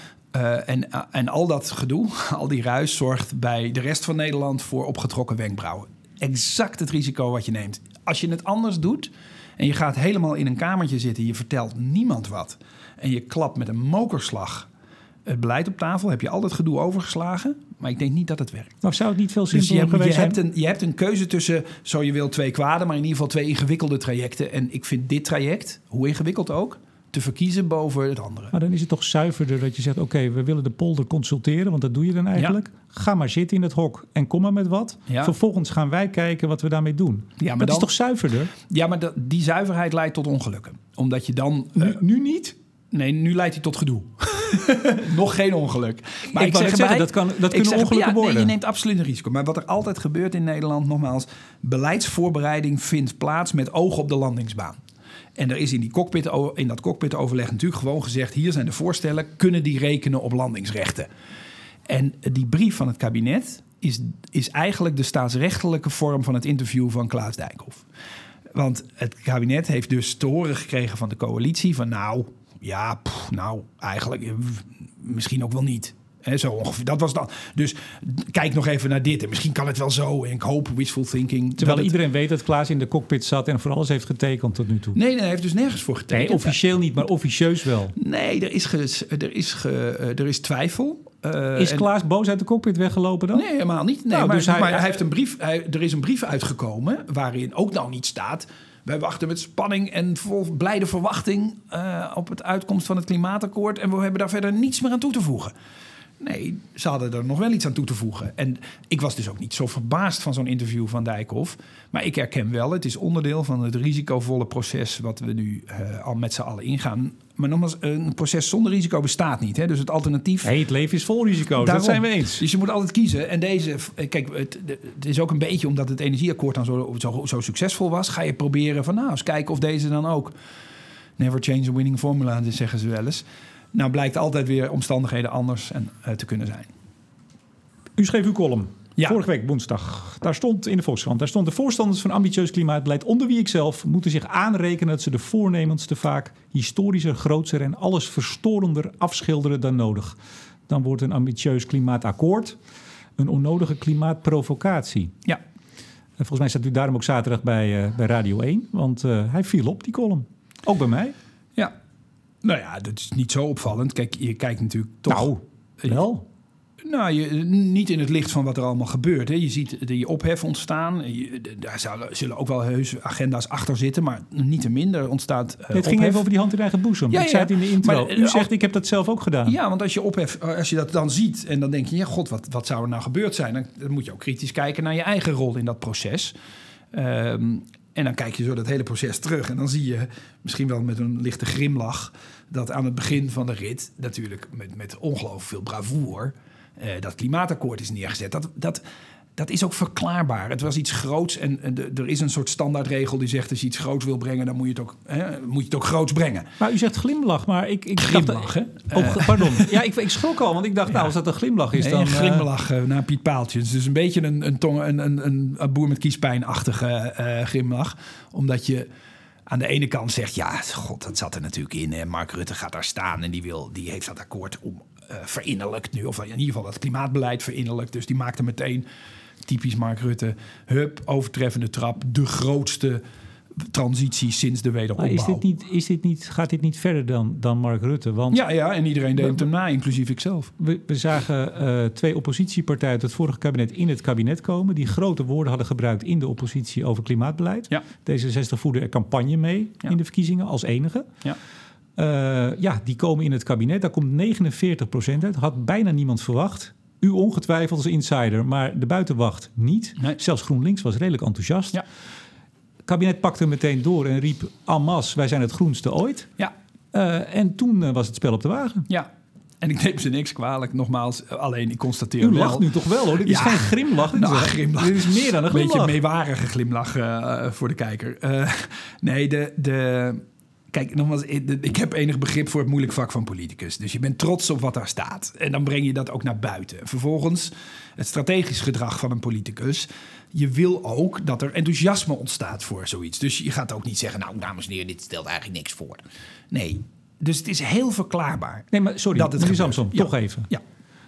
En al dat gedoe, al die ruis, zorgt bij de rest van Nederland voor opgetrokken wenkbrauwen. Exact het risico wat je neemt. Als je het anders doet en je gaat helemaal in een kamertje zitten, je vertelt niemand wat en je klapt met een mokerslag het beleid op tafel, heb je al dat gedoe overgeslagen. Maar ik denk niet dat het werkt. Maar zou het niet veel simpeler geweest zijn? Je hebt een keuze tussen, zo je wil 2 kwaden, maar in ieder geval 2 ingewikkelde trajecten. En ik vind dit traject, hoe ingewikkeld ook, te verkiezen boven het andere. Maar dan is het toch zuiverder dat je zegt, oké, we willen de polder consulteren, want dat doe je dan eigenlijk. Ja. Ga maar zitten in het hok en kom maar met wat. Ja. Vervolgens gaan wij kijken wat we daarmee doen. Ja, maar dat is toch zuiverder? Ja, maar die zuiverheid leidt tot ongelukken. Omdat je dan... Nu niet? Nee, nu leidt hij tot gedoe. Nog geen ongeluk. Maar ik zeg zeggen, dat kunnen ongelukken worden. Nee, je neemt absoluut een risico. Maar wat er altijd gebeurt in Nederland, nogmaals, beleidsvoorbereiding vindt plaats met oog op de landingsbaan. En er is in dat cockpitoverleg natuurlijk gewoon gezegd, hier zijn de voorstellen, kunnen die rekenen op landingsrechten? En die brief van het kabinet is eigenlijk de staatsrechtelijke vorm van het interview van Klaas Dijkhoff. Want het kabinet heeft dus te horen gekregen van de coalitie van eigenlijk misschien ook wel niet. He, zo ongeveer. Dat was dan. Dus kijk nog even naar dit. En misschien kan het wel zo. En ik hoop wishful thinking. Terwijl iedereen weet dat Klaas in de cockpit zat en voor alles heeft getekend tot nu toe. Nee, hij heeft dus nergens voor getekend. Nee, officieel niet, maar officieus wel. Nee, er is twijfel. Is Klaas boos uit de cockpit weggelopen dan? Nee, helemaal niet. Nee, dus hij heeft een brief. Er is een brief uitgekomen waarin ook nou niet staat. Wij wachten met spanning en vol blijde verwachting op het uitkomst van het klimaatakkoord. En we hebben daar verder niets meer aan toe te voegen. Nee, ze hadden er nog wel iets aan toe te voegen. En ik was dus ook niet zo verbaasd van zo'n interview van Dijkhoff. Maar ik herken wel, het is onderdeel van het risicovolle proces wat we nu al met z'n allen ingaan. Maar nogmaals, een proces zonder risico bestaat niet. Hè? Dus het alternatief... het leven is vol risico's, dat zijn we eens. Dus je moet altijd kiezen. En deze, kijk, het is ook een beetje omdat het energieakkoord dan zo succesvol was. Ga je proberen van eens kijken of deze dan ook... Never change a winning formula, zeggen ze wel eens. Nou blijkt altijd weer omstandigheden anders te kunnen zijn. U schreef uw column. Ja. Vorige week woensdag. Daar stond in de Volkskrant. Daar stond: de voorstanders van ambitieus klimaatbeleid, onder wie ik zelf, moeten zich aanrekenen dat ze de voornemens te vaak historischer, grootser en alles verstorender afschilderen dan nodig. Dan wordt een ambitieus klimaatakkoord een onnodige klimaatprovocatie. Ja. Volgens mij staat u daarom ook zaterdag bij Radio 1. Want hij viel op, die column. Ook bij mij. Ja. Nou ja, dat is niet zo opvallend. Kijk, je kijkt natuurlijk toch... Nou, wel. Niet in het licht van wat er allemaal gebeurt. Hè. Je ziet die ophef ontstaan. Daar zullen ook wel heus agenda's achter zitten, maar niet te minder ontstaat Het ging even over die hand in eigen boezem. Ik zei het in de intro. Maar, u zegt, ik heb dat zelf ook gedaan. Ja, want als je dat dan ziet en dan denk je, ja, god, wat zou er nou gebeurd zijn? Dan moet je ook kritisch kijken naar je eigen rol in dat proces. En dan kijk je zo dat hele proces terug. En dan zie je, misschien wel met een lichte grimlach, dat aan het begin van de rit, natuurlijk met ongelooflijk veel bravoure, dat klimaatakkoord is neergezet. Dat is ook verklaarbaar. Het was iets groots en er is een soort standaardregel die zegt, als je iets groots wil brengen, dan moet je het ook groots brengen. Maar u zegt glimlach, maar ik glimlach, hè? Pardon. Ja, ik schrok al, want ik dacht, als dat een glimlach is, dan... een glimlach naar Piet Paaltjes. Dus een beetje een boer met kiespijnachtige glimlach. Omdat je aan de ene kant zegt, ja, god, dat zat er natuurlijk in. En Mark Rutte gaat daar staan en die heeft dat akkoord verinnerlijkt nu. Of in ieder geval dat klimaatbeleid verinnerlijkt. Dus die maakte meteen, typisch Mark Rutte, overtreffende trap, de grootste transitie sinds de wederopbouw. Maar gaat dit niet verder dan Mark Rutte? Want ja, en iedereen deed hem na, inclusief ikzelf. We zagen 2 oppositiepartijen uit het vorige kabinet in het kabinet komen, die grote woorden hadden gebruikt in de oppositie over klimaatbeleid. Ja. D66 voerde er campagne mee in de verkiezingen als enige. Ja. Die komen in het kabinet. Daar komt 49% uit. Had bijna niemand verwacht. U ongetwijfeld als insider, maar de buitenwacht niet. Nee. Zelfs GroenLinks was redelijk enthousiast. Ja. Het kabinet pakte meteen door en riep en masse, wij zijn het groenste ooit. Ja. En toen was het spel op de wagen. Ja. En ik neem ze niks kwalijk, nogmaals. Alleen ik constateer U wel... lacht nu toch wel, hoor? Dit is geen grimlach. Grimlach. Dit is meer dan een glimlach. Een beetje meewarige glimlach voor de kijker. Kijk, nogmaals, ik heb enig begrip voor het moeilijk vak van politicus. Dus je bent trots op wat daar staat. En dan breng je dat ook naar buiten. Vervolgens, het strategisch gedrag van een politicus. Je wil ook dat er enthousiasme ontstaat voor zoiets. Dus je gaat ook niet zeggen, nou, dames en heren, dit stelt eigenlijk niks voor. Nee, dus het is heel verklaarbaar. Nee, maar sorry, meneer Samsom, toch even. Ja.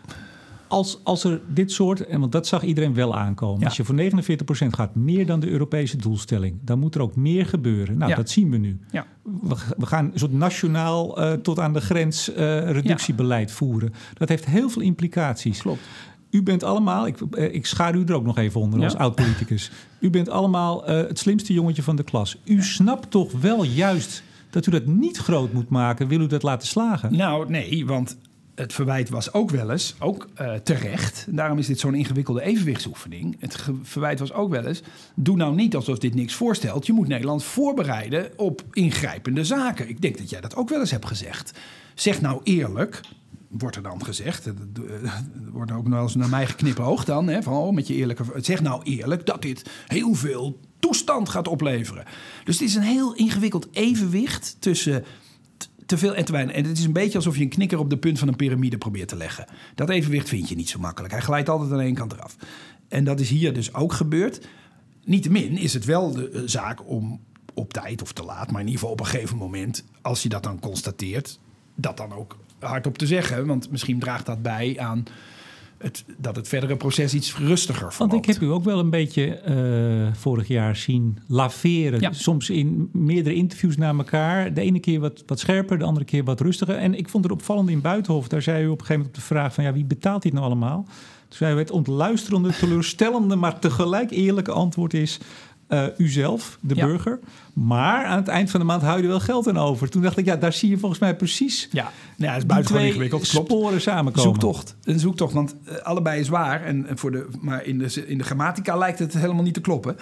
Als er dit soort, en want dat zag iedereen wel aankomen. Ja. Als je voor 49% gaat, meer dan de Europese doelstelling, dan moet er ook meer gebeuren. Nou, dat zien we nu. Ja. We gaan een soort nationaal tot aan de grens reductiebeleid voeren. Dat heeft heel veel implicaties. Klopt. U bent allemaal, ik schaar u er ook nog even onder als oud-politicus. U bent allemaal het slimste jongetje van de klas. U snapt toch wel juist dat u dat niet groot moet maken. Wil u dat laten slagen? Nou, nee, want het verwijt was ook wel eens, terecht. Daarom is dit zo'n ingewikkelde evenwichtsoefening. Het verwijt was ook wel eens, doe nou niet alsof dit niks voorstelt. Je moet Nederland voorbereiden op ingrijpende zaken. Ik denk dat jij dat ook wel eens hebt gezegd. Zeg nou eerlijk, wordt er dan gezegd. Er wordt ook nog eens naar mij geknipoogd dan. Hè, van, met je eerlijke. Zeg nou eerlijk dat dit heel veel toestand gaat opleveren. Dus het is een heel ingewikkeld evenwicht tussen te veel en te weinig. En het is een beetje alsof je een knikker op de punt van een piramide probeert te leggen. Dat evenwicht vind je niet zo makkelijk. Hij glijdt altijd aan één kant eraf. En dat is hier dus ook gebeurd. Niettemin is het wel de zaak om op tijd of te laat, maar in ieder geval op een gegeven moment, als je dat dan constateert, dat dan ook hardop te zeggen. Want misschien draagt dat bij aan dat het verdere proces iets rustiger verloopt. Want ik heb u ook wel een beetje vorig jaar zien laveren. Ja. Soms in meerdere interviews na elkaar. De ene keer wat scherper, de andere keer wat rustiger. En ik vond het opvallend in Buitenhof. Daar zei u op een gegeven moment op de vraag van, wie betaalt dit nou allemaal? Toen zei u, het ontluisterende, teleurstellende, maar tegelijk eerlijke antwoord is uzelf, de burger. Maar aan het eind van de maand hou je er wel geld aan over. Toen dacht ik, daar zie je volgens mij precies het is buitengewoon ingewikkeld. Sporen samenkomen. Een zoektocht, want allebei is waar. Maar in de grammatica lijkt het helemaal niet te kloppen.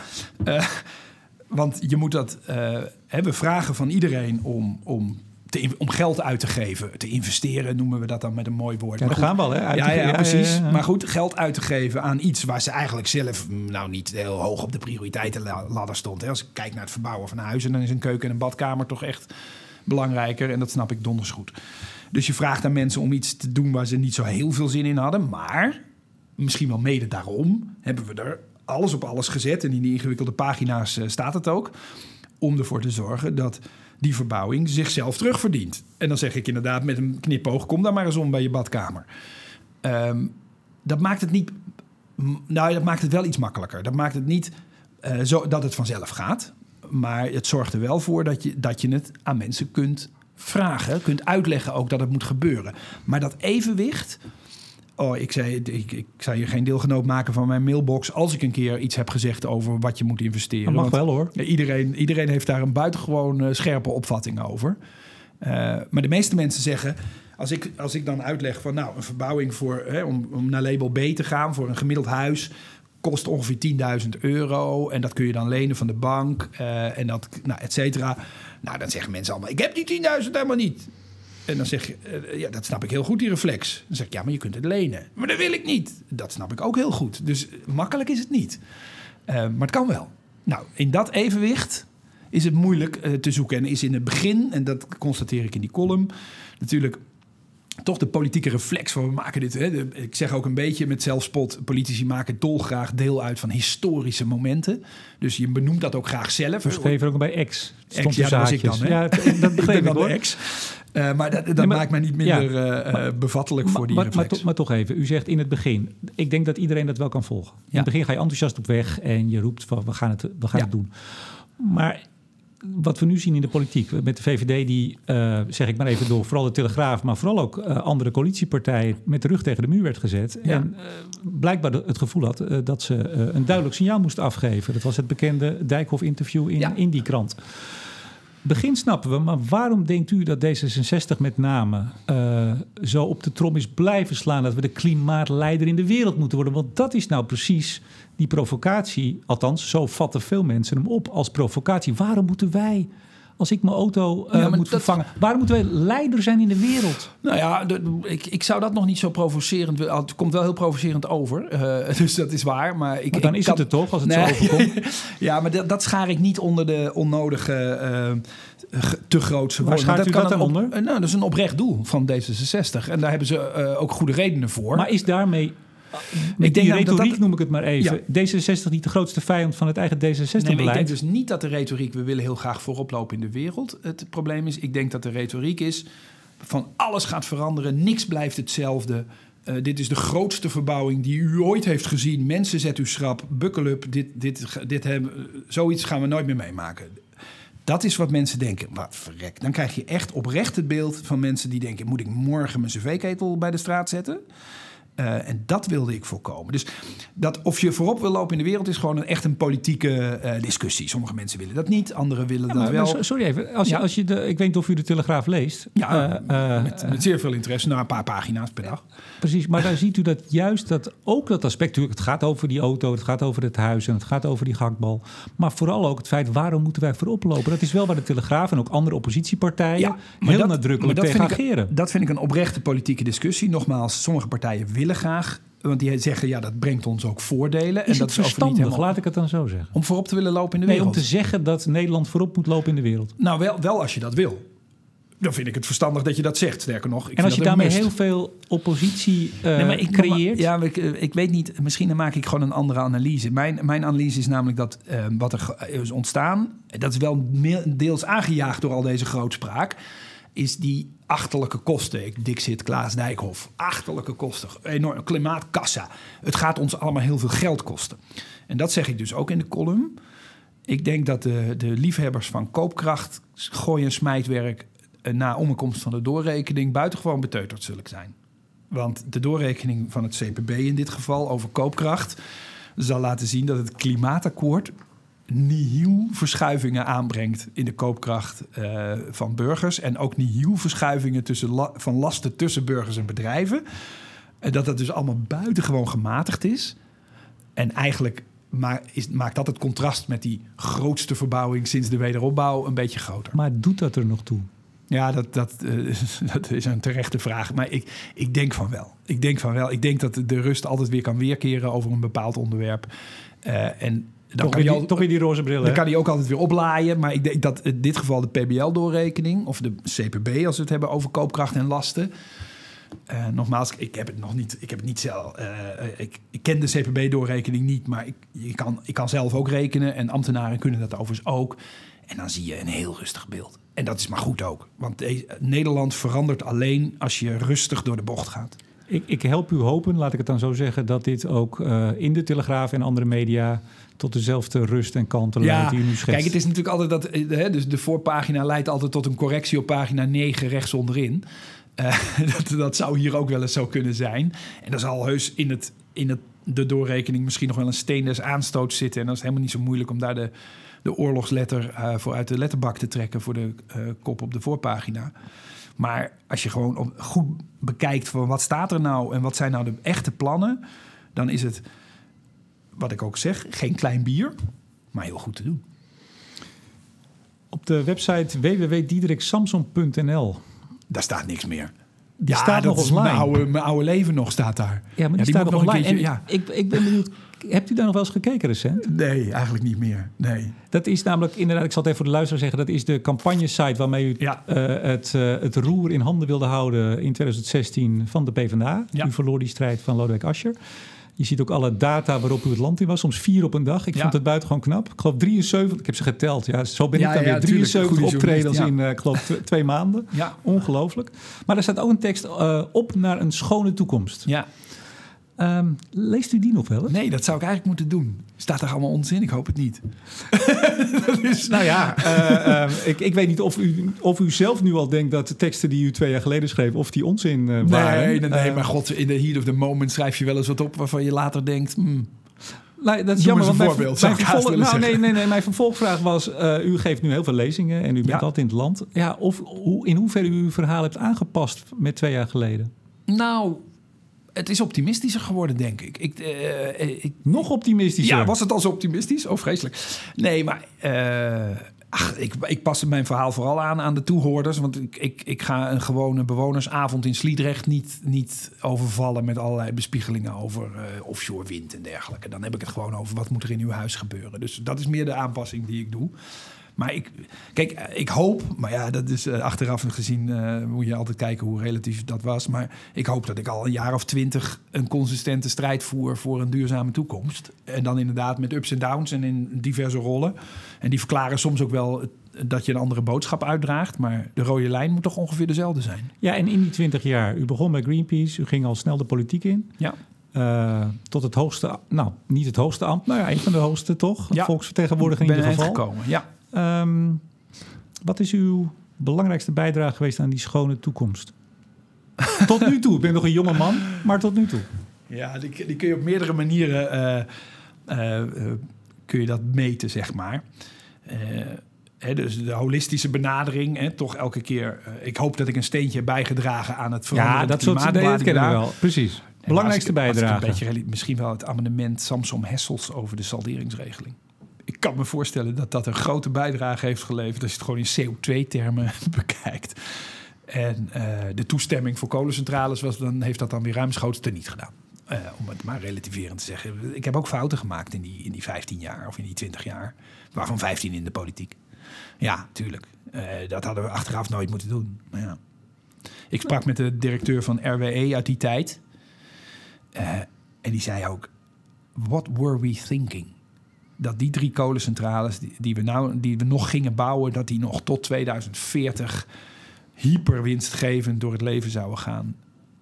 Want je moet dat... we vragen van iedereen om geld uit te geven. Te investeren noemen we dat dan met een mooi woord. Ja, daar gaan we al, hè? Precies. Ja. Maar goed, geld uit te geven aan iets waar ze eigenlijk zelf niet heel hoog op de prioriteitenladder stond. Hè. Als ik kijk naar het verbouwen van huizen, dan is een keuken en een badkamer toch echt belangrijker. En dat snap ik donders goed. Dus je vraagt aan mensen om iets te doen waar ze niet zo heel veel zin in hadden. Maar misschien wel mede daarom hebben we er alles op alles gezet. En in die ingewikkelde pagina's staat het ook. Om ervoor te zorgen dat die verbouwing zichzelf terugverdient. En dan zeg ik inderdaad met een knipoog, kom daar maar eens om bij je badkamer. Dat maakt het niet... dat maakt het wel iets makkelijker. Dat maakt het niet zo dat het vanzelf gaat. Maar het zorgt er wel voor dat je het aan mensen kunt vragen. Kunt uitleggen ook dat het moet gebeuren. Maar dat evenwicht... Ik zou je geen deelgenoot maken van mijn mailbox als ik een keer iets heb gezegd over wat je moet investeren. Dat mag wel, hoor. Iedereen heeft daar een buitengewoon scherpe opvatting over. Maar de meeste mensen zeggen, als ik dan uitleg van een verbouwing om naar label B te gaan voor een gemiddeld huis kost ongeveer €10.000 en dat kun je dan lenen van de bank en dat, et cetera. Nou, dan zeggen mensen allemaal, ik heb die 10.000 helemaal niet. En dan zeg je, dat snap ik heel goed, die reflex. Dan zeg ik, maar je kunt het lenen. Maar dat wil ik niet. Dat snap ik ook heel goed. Dus makkelijk is het niet. Maar het kan wel. Nou, in dat evenwicht is het moeilijk te zoeken. En is in het begin, en dat constateer ik in die column, natuurlijk toch de politieke reflex van we maken dit. Ik zeg ook een beetje met zelfspot, politici maken dolgraag deel uit van historische momenten. Dus je benoemt dat ook graag zelf. We schreven ook bij X. Stond dat was ik dan. Hè? Ja, dat begreep ik hoor. X. Maar dat maakt mij niet minder bevattelijk voor die reflex. Maar toch even, u zegt in het begin, ik denk dat iedereen dat wel kan volgen. In het begin ga je enthousiast op weg en je roept van we gaan het doen. Maar wat we nu zien in de politiek met de VVD, die zeg ik maar even door vooral de Telegraaf, maar vooral ook andere coalitiepartijen met de rug tegen de muur werd gezet. Ja. En blijkbaar het gevoel had dat ze een duidelijk signaal moest afgeven. Dat was het bekende Dijkhoff-interview in die krant. Begin snappen we, maar waarom denkt u dat D66 met name zo op de trom is blijven slaan dat we de klimaatleider in de wereld moeten worden? Want dat is nou precies die provocatie. Althans, zo vatten veel mensen hem op als provocatie. Waarom moeten wij als ik mijn auto moet vervangen? Waarom moeten wij leider zijn in de wereld? Nou ja, ik zou dat nog niet zo provocerend... Het komt wel heel provocerend over, dus dat is waar. Maar dan is het toch, als het zo overkomt? Ja, maar dat schaar ik niet onder de onnodige... te grootse woorden. Waar schaart u dat dan onder? Nou, dat is een oprecht doel van D66. En daar hebben ze ook goede redenen voor. Maar is daarmee... Met die retoriek noem ik het maar even. Ja. D66 niet de grootste vijand van het eigen D66-beleid? Nee, ik denk dus niet dat de retoriek... we willen heel graag voorop lopen in de wereld. Het probleem is, ik denk dat de retoriek is... van alles gaat veranderen, niks blijft hetzelfde... dit is de grootste verbouwing die u ooit heeft gezien. Mensen, zet u schrap, buckle up. Zoiets gaan we nooit meer meemaken. Dat is wat mensen denken. Wat verrek. Dan krijg je echt oprecht het beeld van mensen die denken... moet ik morgen mijn cv-ketel bij de straat zetten? En dat wilde ik voorkomen. Dus dat of je voorop wil lopen in de wereld... is gewoon echt een politieke discussie. Sommige mensen willen dat niet, anderen willen dat wel. Maar sorry even, als je ik weet niet of u de Telegraaf leest. Ja, met zeer veel interesse. Een paar pagina's per dag. Precies, maar daar ziet u dat juist ook dat aspect... Natuurlijk, het gaat over die auto, het gaat over het huis... en het gaat over die gehaktbal. Maar vooral ook het feit, waarom moeten wij voorop lopen? Dat is wel waar de Telegraaf en ook andere oppositiepartijen... heel nadrukkelijk tegen ageren. Dat vind ik een oprechte politieke discussie. Nogmaals, sommige partijen willen graag... want die zeggen, dat brengt ons ook voordelen. Is het verstandig, laat ik het dan zo zeggen? Om voorop te willen lopen in de wereld? Nee, om te zeggen dat Nederland voorop moet lopen in de wereld. Nou, wel als je dat wil. Dan vind ik het verstandig dat je dat zegt. Sterker nog, en als je daarmee heel veel oppositie creëert? Ik weet niet. Misschien maak ik gewoon een andere analyse. Mijn analyse is namelijk dat wat er is ontstaan... dat is wel deels aangejaagd door al deze grootspraak... is die achterlijke kosten. Dick zit Klaas Dijkhoff. Achterlijke kosten. Enorm. Klimaatkassa. Het gaat ons allemaal heel veel geld kosten. En dat zeg ik dus ook in de column. Ik denk dat de liefhebbers van koopkracht... gooi- en smijtwerk... na omkomst van de doorrekening... buitengewoon beteuterd zullen zijn. Want de doorrekening van het CPB in dit geval... over koopkracht... zal laten zien dat het klimaatakkoord... nihil verschuivingen aanbrengt in de koopkracht van burgers... en ook nihil verschuivingen van lasten tussen burgers en bedrijven. Dat dus allemaal buitengewoon gematigd is. En eigenlijk maakt dat het contrast met die grootste verbouwing... sinds de wederopbouw een beetje groter. Maar doet dat er nog toe? Ja, dat is een terechte vraag. Maar ik denk van wel. Ik denk dat de rust altijd weer kan weerkeren over een bepaald onderwerp. En toch weer die roze bril. Dan kan hij ook altijd weer oplaaien. Maar ik denk dat in dit geval de PBL-doorrekening... of de CPB, als we het hebben over koopkracht en lasten... nogmaals, ik heb het niet zelf. Ik ken de CPB-doorrekening niet... maar ik kan zelf ook rekenen... en ambtenaren kunnen dat overigens ook. En dan zie je een heel rustig beeld. En dat is maar goed ook. Want Nederland verandert alleen als je rustig door de bocht gaat. Ik help u hopen, laat ik het dan zo zeggen... dat dit ook in de Telegraaf en andere media... tot dezelfde rust en kalmte leidt die u nu schetst. Kijk, het is natuurlijk altijd dat... dus de voorpagina leidt altijd tot een correctie op pagina 9 rechts onderin. Dat zou hier ook wel eens zo kunnen zijn. En dat zal heus in de doorrekening... misschien nog wel een steen des aanstoots zitten. En dat is helemaal niet zo moeilijk om daar de oorlogsletter voor uit de letterbak te trekken... voor de kop op de voorpagina. Maar als je gewoon goed bekijkt van wat staat er nou... en wat zijn nou de echte plannen... dan is het, wat ik ook zeg, geen klein bier... maar heel goed te doen. Op de website www.diederiksamson.nl... daar staat niks meer. Die staat nog online. Mijn oude leven nog staat daar. Ja, maar die staat nog online. Ik ben benieuwd... Hebt u daar nog wel eens gekeken recent? Nee, eigenlijk niet meer. Nee. Dat is namelijk inderdaad, ik zal het even voor de luisteraar zeggen... dat is de campagnesite waarmee u het roer in handen wilde houden... in 2016 van de PvdA. Ja. U verloor die strijd van Lodewijk Asscher. Je ziet ook alle data waarop u het land in was. Soms 4 op een dag. Ik vond het buitengewoon knap. Ik geloof 73, ik heb ze geteld. Ja, zo ben ik dan weer. 73 optredens in, ik geloof 2 maanden. Ja. Ongelooflijk. Maar er staat ook een tekst op naar een schone toekomst. Ja. Leest u die nog wel eens? Nee, dat zou ik eigenlijk moeten doen. Staat er allemaal onzin? Ik hoop het niet. Nou ja, ik weet niet of u zelf nu al denkt... dat de teksten die u 2 jaar geleden schreef... of die onzin waren. Nee, maar god, in de heat of the moment schrijf je wel eens wat op... waarvan je later denkt... Nou, dat is jammer, want mijn vervolgvraag was... u geeft nu heel veel lezingen en u bent altijd in het land. Ja, in hoeverre u uw verhaal hebt aangepast met 2 jaar geleden? Nou... Het is optimistischer geworden, denk ik. Nog optimistischer? Ja, was het al zo optimistisch? Oh, vreselijk. Nee, maar Ik pas mijn verhaal vooral aan de toehoorders. Want ik ga een gewone bewonersavond in Sliedrecht niet overvallen met allerlei bespiegelingen over offshore wind en dergelijke. Dan heb ik het gewoon over wat moet er in uw huis gebeuren. Dus dat is meer de aanpassing die ik doe. Maar ik hoop, maar ja, dat is achteraf gezien moet je altijd kijken hoe relatief dat was. Maar ik hoop dat ik al een jaar of 20 een consistente strijd voer voor een duurzame toekomst. En dan inderdaad met ups en downs en in diverse rollen. En die verklaren soms ook wel dat je een andere boodschap uitdraagt. Maar de rode lijn moet toch ongeveer dezelfde zijn. Ja, en in die 20 jaar, u begon bij Greenpeace, u ging al snel de politiek in. Ja. Tot het hoogste, nou, niet het hoogste ambt, maar een van de hoogste toch? Ja. Volksvertegenwoordiger in ieder geval. Gekomen, ja. Wat is uw belangrijkste bijdrage geweest aan die schone toekomst? Tot nu toe. Ik ben nog een jonge man, maar tot nu toe. Ja, die kun je op meerdere manieren kun je dat meten, zeg maar. Dus de holistische benadering, toch elke keer. Ik hoop dat ik een steentje heb bijgedragen aan het veranderen. Ja, dat soort dingen kennen we wel. Precies. Belangrijkste bijdrage. Een beetje, misschien wel het amendement Samsom-Hessels over de salderingsregeling. Ik kan me voorstellen dat dat een grote bijdrage heeft geleverd als je het gewoon in CO2-termen bekijkt. En de toestemming voor kolencentrales heeft dat dan weer ruimschoots teniet gedaan. Om het maar relativerend te zeggen. Ik heb ook fouten gemaakt in die 15 jaar of in die 20 jaar. Waarvan 15 in de politiek. Ja, tuurlijk. Dat hadden we achteraf nooit moeten doen. Maar ja. Ik sprak met de directeur van RWE uit die tijd. En die zei ook, what were we thinking? Dat die 3 kolencentrales die we nog gingen bouwen, dat die nog tot 2040 hyperwinstgevend door het leven zouden gaan.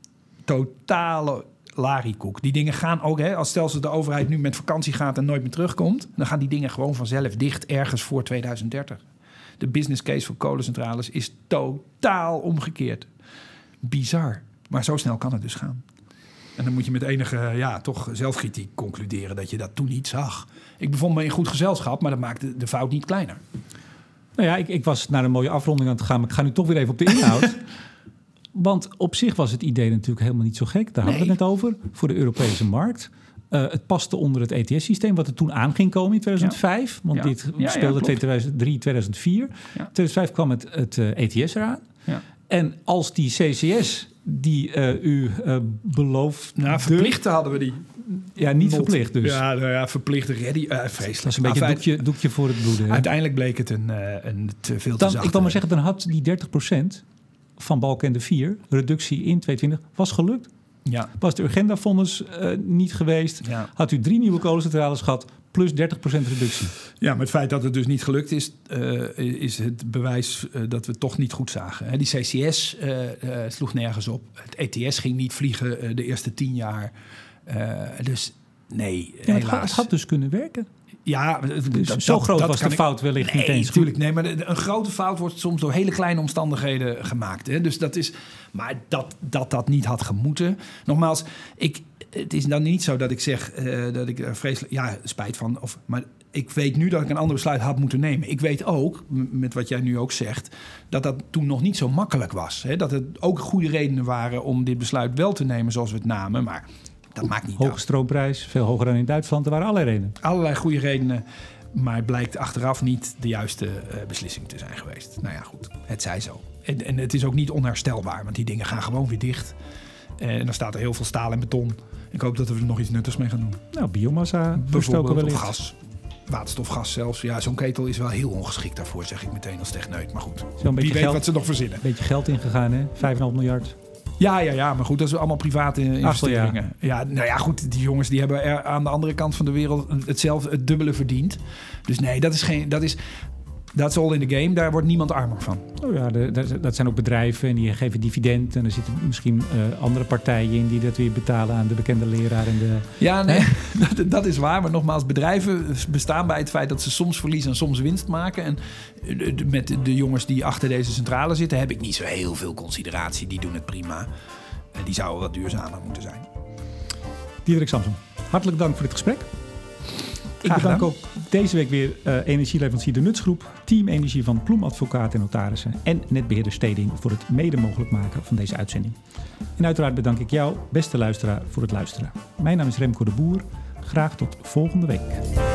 Totale lariekoek. Die dingen gaan ook, als stel dat de overheid nu met vakantie gaat en nooit meer terugkomt, dan gaan die dingen gewoon vanzelf dicht ergens voor 2030. De business case voor kolencentrales is totaal omgekeerd. Bizar. Maar zo snel kan het dus gaan. En dan moet je met enige toch zelfkritiek concluderen dat je dat toen niet zag. Ik bevond me in goed gezelschap, maar dat maakte de fout niet kleiner. Nou ja, ik was naar een mooie afronding aan het gaan, maar ik ga nu toch weer even op de inhoud. Want op zich was het idee natuurlijk helemaal niet zo gek. Daar hadden we het net over. Voor de Europese markt. Het paste onder het ETS-systeem, wat er toen aan ging komen in 2005. Want dit speelde 2003, 2004. Ja. 2005 kwam het ETS eraan. Ja. En als die CCS die u belooft... Nou, verplichte hadden we die. Ja, niet verplicht dus. Ja, verplicht ready. Vreselijk. Dat is een beetje doekje voor het bloeden. Hè? Uiteindelijk bleek het een te veel te zacht. Ik wil maar zeggen, dan had die 30% van Balkenende 4, reductie in 2020, was gelukt. Ja. Was de Urgenda-fonds niet geweest, had u 3 nieuwe kolencentrales gehad, plus 30% reductie. Ja, maar het feit dat het dus niet gelukt is het bewijs dat we het toch niet goed zagen. Die CCS sloeg nergens op. Het ETS ging niet vliegen de eerste 10 jaar. Dus nee, helaas. Het had dus kunnen werken. Ja, dus zo groot was de fout wellicht niet eens. Natuurlijk, nee, maar een grote fout wordt soms door hele kleine omstandigheden gemaakt. Hè? Dus dat is, maar dat niet had gemoeten. Nogmaals, het is dan niet zo dat ik zeg dat ik vreselijk spijt van. Maar ik weet nu dat ik een ander besluit had moeten nemen. Ik weet ook, met wat jij nu ook zegt, dat toen nog niet zo makkelijk was. Hè? Dat het ook goede redenen waren om dit besluit wel te nemen zoals we het namen, maar dat maakt niet uit. Hoge stroomprijs, veel hoger dan in Duitsland. Er waren allerlei redenen. Allerlei goede redenen, maar het blijkt achteraf niet de juiste beslissing te zijn geweest. Nou ja, goed, het zij zo. En het is ook niet onherstelbaar, want die dingen gaan gewoon weer dicht. En dan staat er heel veel staal en beton. Ik hoop dat we er nog iets nuttigs mee gaan doen. Nou, biomassa, bijvoorbeeld, of gas. Waterstofgas zelfs. Ja, zo'n ketel is wel heel ongeschikt daarvoor, zeg ik meteen als techneut. Maar goed, wie weet wat ze nog verzinnen. Een beetje geld ingegaan, hè? 5,5 miljard. Ja, maar goed, dat is allemaal private investeringen. Ja, nou ja, goed, die jongens die hebben er aan de andere kant van de wereld het dubbele verdiend. Dus nee, that's all in the game. Daar wordt niemand armer van. Oh ja, dat zijn ook bedrijven en die geven dividend. En er zitten misschien andere partijen in die dat weer betalen aan de bekende leraar. Ja, nee, dat is waar. Maar nogmaals, bedrijven bestaan bij het feit dat ze soms verliezen en soms winst maken. En met de jongens die achter deze centrale zitten, heb ik niet zo heel veel consideratie. Die doen het prima. Die zouden wat duurzamer moeten zijn. Diederik Samsom, hartelijk dank voor dit gesprek. Ik bedank ook deze week weer energieleverancier De Nutsgroep, Team Energie van Ploem Advocaten en Notarissen en netbeheerder Steding voor het mede mogelijk maken van deze uitzending. En uiteraard bedank ik jou, beste luisteraar, voor het luisteren. Mijn naam is Remco de Boer. Graag tot volgende week.